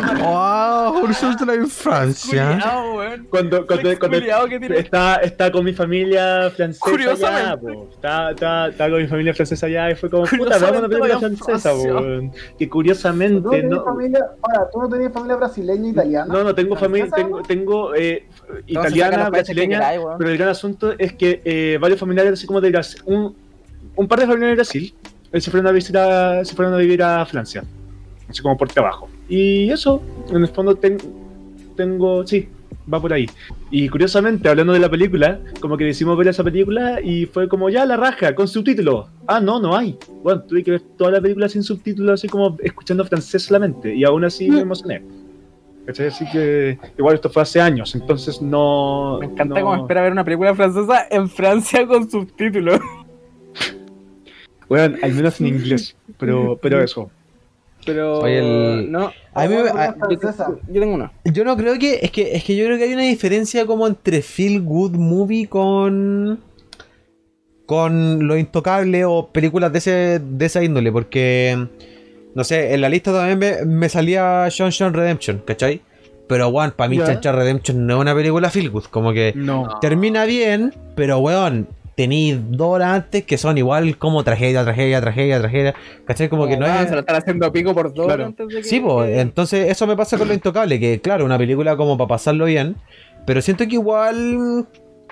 Wow, por eso la en Francia. Culiao, weón. Cuando, cuando, Ex cuando culiao que tiene- está, está con mi familia francesa Curiosamente. allá, po. Está, está, está con mi familia francesa allá y fue como, puta, Curiosamente veamos una película vaya en francesa, Francia. weón. Que ¿Tú no curiosamente tenías no... familia? Ahora, ¿tú no tenías familia brasileña italiana? No, no, tengo familia, ¿Francesa, tengo, no? tengo eh, Entonces, saca italiana, los países que brasileña, queráis, weón. pero el gran asunto es que eh, varios familiares así como de Brasil, un, un par de familiares de Brasil, eh, se fueron a visitar, se fueron a vivir a Francia, así como por trabajo. Y eso, en el fondo ten- tengo, sí, va por ahí. Y curiosamente, hablando de la película, como que decidimos ver esa película y fue como, ya, la raja, con subtítulos. Ah, no, no hay. Bueno, tuve que ver toda la película sin subtítulos, así como escuchando francés solamente, y aún así me emocioné. ¿Cachai? Así que, igual esto fue hace años, entonces no... Me encanta no- como espera ver una película francesa en Francia con subtítulos. Bueno, al menos en inglés, pero, pero eso. Pero Oye, el- no, A mí me- a- francesa. yo tengo una. yo no creo que es que es que yo creo que hay una diferencia como entre feel good movie con con Lo Intocable o películas de ese de esa índole, porque no sé, en la lista también me, me salía Shawshank Redemption, ¿cachai? Pero weón, para mí Ya. Shawshank Redemption no es una película feel good, como que No. termina bien, pero weón, tenéis dos horas antes que son igual como tragedia, tragedia, tragedia, tragedia, ¿cachai? Como que no Ah, es... se lo están haciendo pico por todo Claro. antes de que. Sí, pues, entonces eso me pasa con Lo Intocable, que claro, una película como para pasarlo bien, pero siento que igual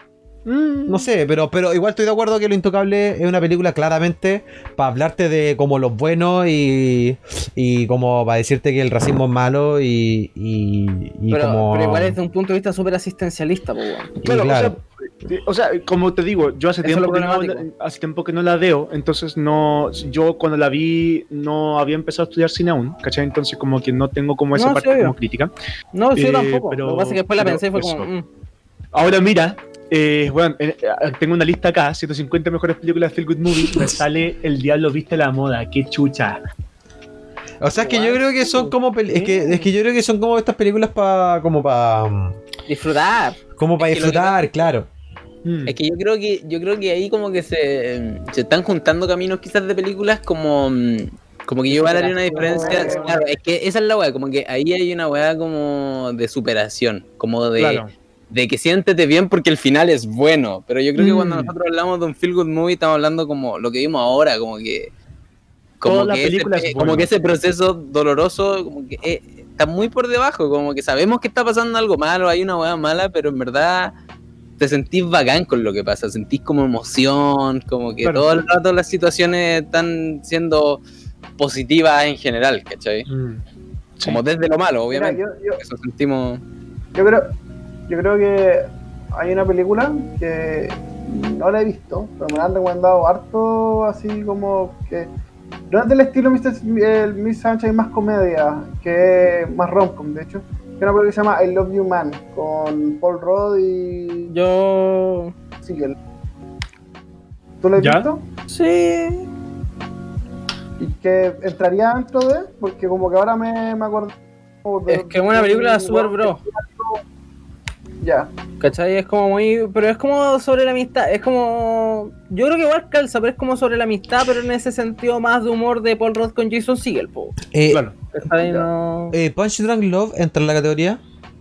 Mm. No sé, pero, pero igual estoy de acuerdo que Lo Intocable es una película claramente para hablarte de como los buenos y, y como para decirte que el racismo es malo y, y, y Pero, como... pero igual desde un punto de vista súper asistencialista, pues, weón. y Claro, claro. O, sea, o sea, como te digo, yo hace Eso es tiempo, lo que no, problemático. hace tiempo que no la veo, entonces no, yo cuando la vi no había empezado a estudiar cine aún, ¿cachai? Entonces como que no tengo como esa No, parte sí, obvio. como crítica. No, yo Eh, tampoco. pero- Lo que pasa es que después la pero pensé y fue eso. como. mm. Ahora mira, eh, bueno, eh, eh, tengo una lista acá, ciento cincuenta mejores películas de Feel Good Movie, me sale El Diablo Viste la Moda, qué chucha. O sea, es que yo creo que son como... pel- Es que, es que yo creo que son como estas películas para... Como para... Disfrutar. Como para Es que lo que disfrutar, pasa- claro. Mm. Es que yo creo que yo creo que ahí como que se, se están juntando caminos quizás de películas como mm, como que yo igual haría una diferencia. Claro, es que esa es la weá, como que ahí hay una weá como de superación, como de, Claro. de que siéntete bien porque el final es bueno. Pero yo creo que Mm. cuando nosotros hablamos de un feel good movie estamos hablando como lo que vimos ahora, como que como Toda la que, ese, película es pe- buena. como que ese proceso doloroso como que eh, está muy por debajo, como que sabemos que está pasando algo malo, hay una weá mala, pero en verdad te sentís bacán con lo que pasa, sentís como emoción, como que Claro. todo el rato las situaciones están siendo positivas en general, ¿cachai? Mm. Sí. Como desde lo malo, Mira, obviamente. yo, yo, Eso sentimos. yo creo, yo creo que hay una película que no la he visto, pero me la han recomendado harto, así como que no es del estilo mister el Miss Sunshine, más comedia, que es más rom-com, de hecho. Que es una película que se llama I Love You Man, con Paul Rudd y Yo. Siegel. ¿Tú lo has ¿Ya? visto? Sí. Y que entraría dentro de, porque como que ahora me, me acuerdo. de- Es que es una película super bro. Ya. ¿Cachai? Es como muy. Pero es como sobre la amistad. Es como. Yo creo que igual calza, pero es como sobre la amistad, pero en ese sentido más de humor de Paul Rudd con Jason Segel, po. Eh, Claro. ¿Cachai? No. eh, Punch Drunk Love entra en la categoría.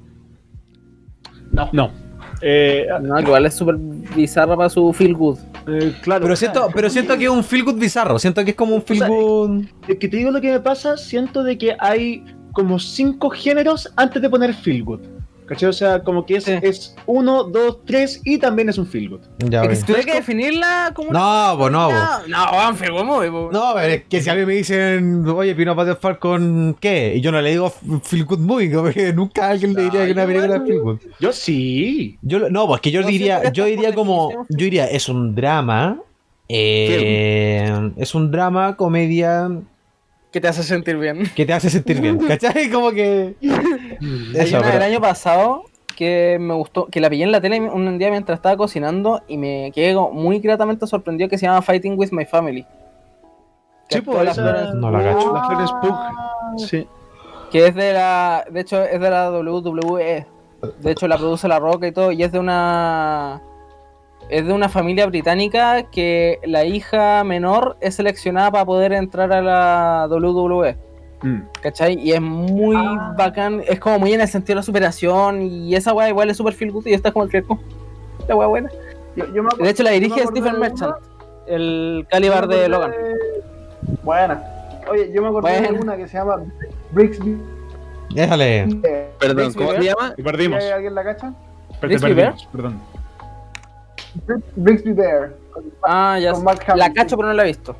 No. Eh, No, que igual es súper bizarra para su feel good. eh, claro. Pero o sea, siento, pero siento que es un feel good bizarro. Siento que es como un feel sea, good. Es que te digo lo que me pasa, siento de que hay como cinco géneros antes de poner feel good. ¿Cachai? O sea, como que es, Sí. es uno, dos, tres y también es un feel good. Ya, Es que ok. si tuviera que definirla como. No, pues no, pues. No, no, feel good movie, po. No, pero es que si a mí me dicen, oye, Pino Patio Falcon, ¿qué? Y yo no le digo feel good movie, como que nunca alguien le diría que una película es feel good. Yo sí. Yo, lo- no, pues que yo No, diría, siento que yo está diría por como, definición yo diría, es un drama, eh, es un drama, comedia, Que te hace sentir bien. que te hace sentir bien, ¿cachai? Como que... Hay Eso, una pero- del año pasado que me gustó, que la pillé en la tele un día mientras estaba cocinando y me quedé como muy gratamente sorprendido, que se llama Fighting with My Family. Que Sí, actúa pues la esa... Florence- No la cacho. La Florence Pugh. Sí. que es de la, de hecho es de la W W E. De hecho la produce La Roca y todo, y es de una es de una familia británica que la hija menor es seleccionada para poder entrar a la W W E. Mm. ¿Cachai? Y es muy bacán, es como muy en el sentido de la superación, y esa weá igual es super feel good y está como el fresco. La weá buena. Yo, yo me acuerdo- De hecho la yo me dirige acordé Stephen de Merchant, una- el Calibar yo me de acordé Logan. de- Buena. Oye, yo me acordé de Buena. una que se llama Brixby. Déjale. Perdón, Brixby ¿cómo Bear. se llama? Y perdimos. ¿Hay ¿Alguien la cacha? Pero Brixby perdimos, perdón. Bri- Brixby Bear. Ah, ya con sé. Mark Hamill. La cacho pero no la he visto.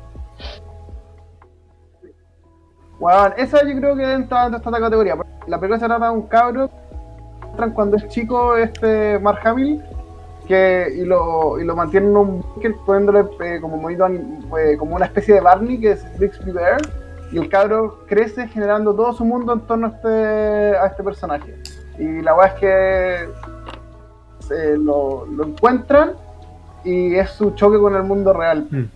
Bueno, esa yo creo que entra dentro de esta categoría. La película se trata de un cabro cuando es chico, este Mark Hamill, que y lo, y lo mantiene en un búnker poniéndole eh, como, monito anim- eh, como una especie de Barney, que es Brixby Bear, y el cabro crece generando todo su mundo en torno a este, a este personaje. Y la verdad es que se lo, lo encuentran y es su choque con el mundo real. Mm.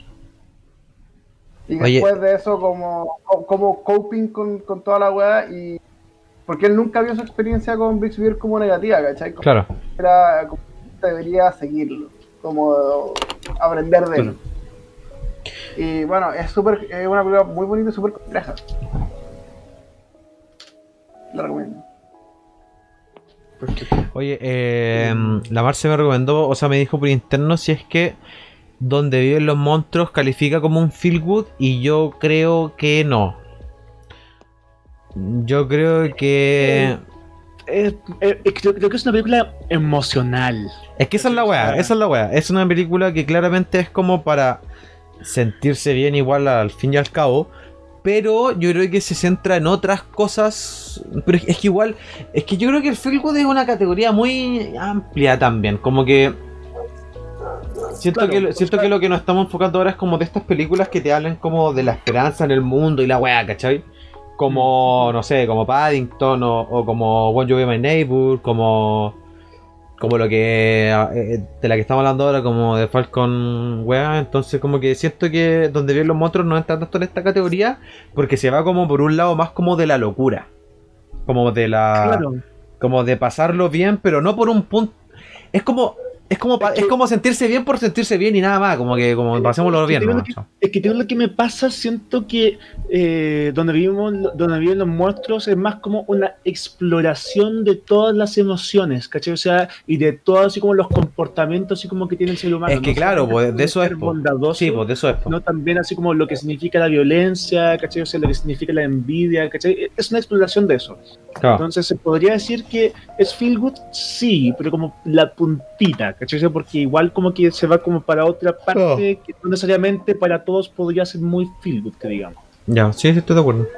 Y Oye. después de eso, como, como coping con, con toda la weá, y porque él nunca vio su experiencia con Brixby Bear como negativa, ¿cachai? Como Claro. era, como debería seguirlo, como aprender de él. Claro. Y bueno, es súper, es una película muy bonita y súper compleja. La recomiendo. Oye, eh, la Marce me recomendó, o sea, me dijo por interno si es que Donde viven los monstruos califica como un feel good y yo creo que no. Yo creo que eh, eh, eh, creo, creo que es una película emocional. Es que esa es la weá, esa es la weá. Es una película que claramente es como para sentirse bien igual al fin y al cabo. Pero yo creo que se centra en otras cosas. Pero es que igual, es que yo creo que el feel good es una categoría muy amplia también. Como que siento, Claro, que, lo- siento que lo que nos estamos enfocando ahora es como de estas películas que te hablan como de la esperanza en el mundo y la weá, ¿cachai? Como, no sé, como Paddington o, o como Won't You Be My Neighbor, como como lo que eh, de la que estamos hablando ahora, como de Falcon weá. Entonces como que siento que Donde viven los monstruos no entra tanto en esta categoría, porque se va como por un lado más como de la locura, como de la Claro. como de pasarlo bien, pero no por un punto. Es como es como pa- Es que- es como sentirse bien por sentirse bien y nada más, como que como pasémoslo Es que bien, tengo ¿no? lo que- Es que tengo lo que me pasa, siento que eh, donde vivimos, donde viven los monstruos es más como una exploración de todas las emociones, ¿cachai? O sea, y de todos así como los comportamientos así como que tiene el ser humano. Es que No claro, solamente pues como de eso ser es, po. bondadoso, Sí, pues de eso es, po. no también así como lo que significa la violencia, ¿cachai? O sea, lo que significa la envidia, ¿cachai? Es una exploración de eso. Claro. Entonces se podría decir que es feel good, sí, pero como la puntita, ¿cachai? O sea, porque igual como que se va como para otra parte que no necesariamente para todos podría ser muy feel good, que digamos. Ya, sí, sí, estoy de acuerdo.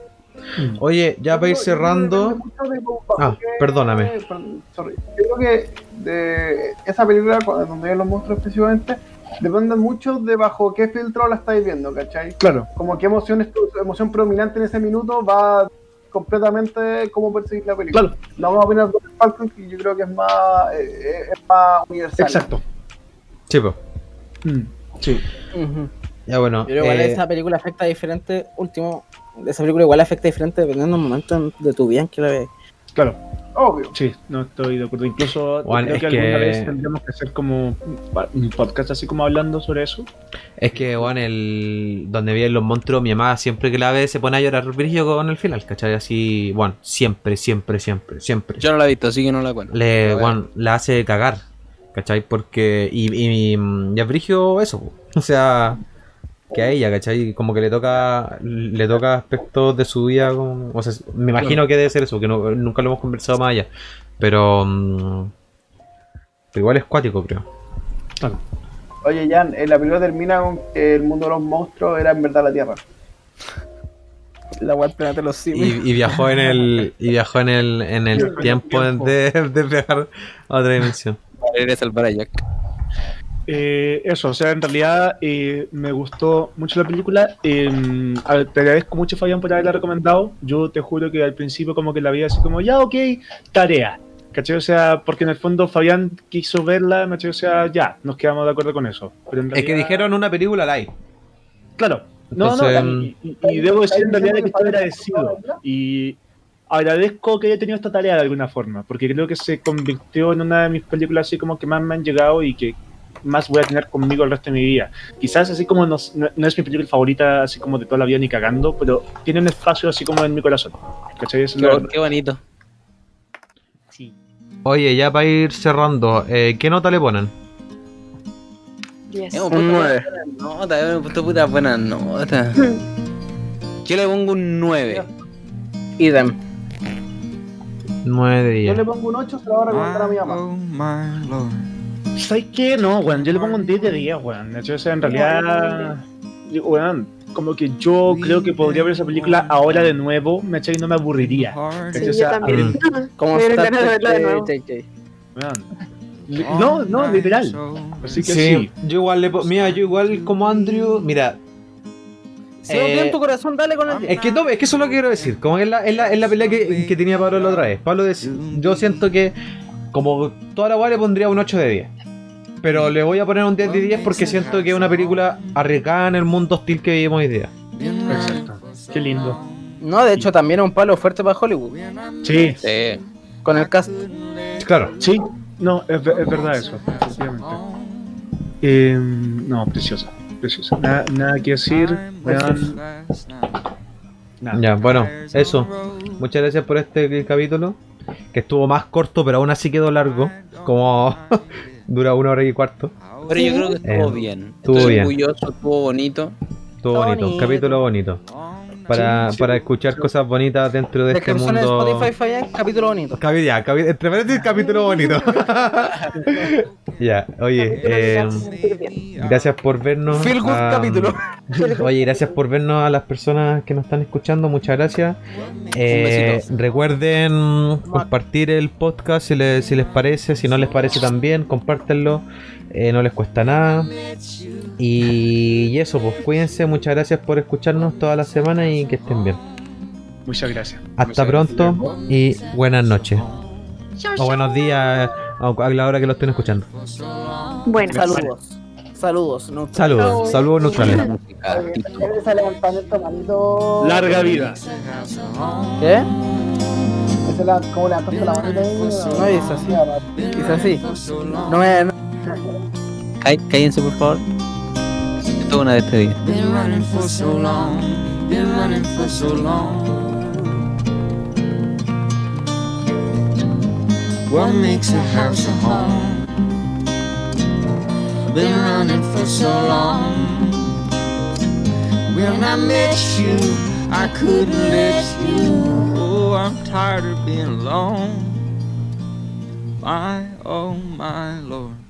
Oye, ya para ir Yo- yo creo que cerrando. depende mucho de cómo- Ah, porque- perdóname. perdón, sorry. Yo creo que de esa película, cuando- donde viven los monstruos específicamente, depende mucho de bajo qué filtro la estáis viendo, ¿cachai? Claro. Como qué emoción, es tu emoción predominante en ese minuto va completamente cómo percibir la película. Claro, No vamos a opinar de Falcon, que yo creo que es más, eh, es más universal. exacto. Sí, pues. Mm, sí. Ujú. Ya bueno. Pero igual eh, esa película afecta diferente, último, esa película igual afecta diferente dependiendo del momento en- de tu vida en que la ves. Claro, Obvio. sí, no estoy de acuerdo. Incluso Juan, creo es que alguna que- vez tendríamos que hacer como un podcast así como hablando sobre eso. Es que, bueno, el donde viven los monstruos, mi mamá siempre que la ve se pone a llorar brillo con el final, ¿cachai? Así, bueno, siempre, siempre, siempre, siempre. Yo no la he visto, así que no la cuento. Le, Pero, bueno, la hace cagar, ¿cachai? Porque, y, y, y a Brigio eso, po. O sea, que a ella, ¿cachai? Como que le toca, le toca aspectos de su vida, como- o sea, me imagino que debe ser eso, que no- nunca lo hemos conversado más allá, pero, mm, pero igual es cuático, creo. Claro. Oye, Jan, eh, la película termina con que el mundo de los monstruos era en verdad la Tierra. La web planeta de los simios. Y, y viajó en el y viajó en el en el tiempo de, de viajar a otra dimensión. Para salvar a Jack. Eh, eso, o sea, en realidad eh, me gustó mucho la película. Eh, a- te agradezco mucho, Fabián, por haberla recomendado. Yo te juro que al principio como que la veía así como, ya, ok, tarea. ¿Cachai? O sea, porque en el fondo Fabián quiso verla, ¿cachai? O sea, ya, nos quedamos de acuerdo con eso. Pero en Es que realidad- dijeron una película live. Claro, no, Entonces, no, y, y- y debo decir en realidad que estoy agradecido. Y agradezco que haya tenido esta tarea de alguna forma, porque creo que se convirtió en una de mis películas así como que más me han llegado y que más voy a tener conmigo el resto de mi vida. Quizás así como no, no- no es mi película favorita así como de toda la vida ni cagando, pero tiene un espacio así como en mi corazón. ¿Cachai? Eso es la Qué, verdad. qué bonito. Oye, ya para ir cerrando, eh, ¿qué nota le ponen? Yes. Hemos Un puesto nueve. buenas notas, hemos puesto putas buenas notas. Yo le pongo un nueve. Idem. nueve de Yo le diez. pongo un ocho, se lo voy a recomendar a mi mamá. ¿Sabes qué? No, weón, yo le pongo un diez de diez, weón. ¿Cachai? O sea, en realidad, weón, como que yo creo que podría ver esa película ahora de nuevo, ¿me cachai? Y no me aburriría. ¿cachai? Sí, O sea, yo también. Como Me dieron Star ganas de verla de Trek nuevo. J J. weón. Li- No, no, literal. Así que sí. Sí, yo igual le po- mira, yo igual como Andrew, mira, Si Eh, odio en tu corazón, dale con el es que no, es que eso es lo que quiero decir, como es la, es la, es la pelea que, que tenía Pablo la otra vez. Pablo dec- yo siento que como toda la guay le pondría un ocho de diez. Pero le voy a poner un diez de diez porque siento que es una película arriesgada en el mundo hostil que vivimos hoy día. Exacto. Qué lindo. No, de hecho también es un palo fuerte para Hollywood. Sí, Sí. Con el cast. Claro. sí. No, es, ve- es verdad eso, efectivamente. Eh, no, preciosa, preciosa. Nada, nada que decir, weón. Nada. Ya, bueno, eso. Muchas gracias por este capítulo. Que estuvo más corto, pero aún así quedó largo. Como dura una hora y cuarto. Pero yo creo que estuvo Eh, bien. estuvo Estoy bien. orgulloso, estuvo bonito. Estuvo Está bonito, un bonito. capítulo bonito. para, Sí, sí. para escuchar cosas bonitas dentro de este Descripción en mundo. Spotify fallan, capítulo bonito. Capi- ya, capi- entre paréntesis, capítulo bonito. Ya, oye, eh, gracias por vernos. Feel good ah, capítulo. Oye, gracias por vernos a las personas que nos están escuchando, muchas gracias. Eh, besito. recuerden compartir el podcast si les, si les parece, si no les parece también, compártenlo, eh, no les cuesta nada. Y, y eso, pues cuídense, muchas gracias por escucharnos toda la semana y que estén bien. Muchas gracias. Hasta Muchas pronto gracias. y buenas noches. O buenos días a a la hora que lo estén escuchando. Bueno, Saludos. Saludos. No, Saludos, saludos neutrales. Música, título. Él está levantando esta manito. Larga vida. ¿Qué? Ese la- ¿Cómo levantaste la manito ahí? No, es así. Es así. No me. no- Cá- Cállense, por favor. Esto es una despedida. Been running for so long, been running for so long. What makes a house a home? Been running for so long. When I met you, I couldn't let you. Oh, I'm tired of being alone. My, oh my Lord.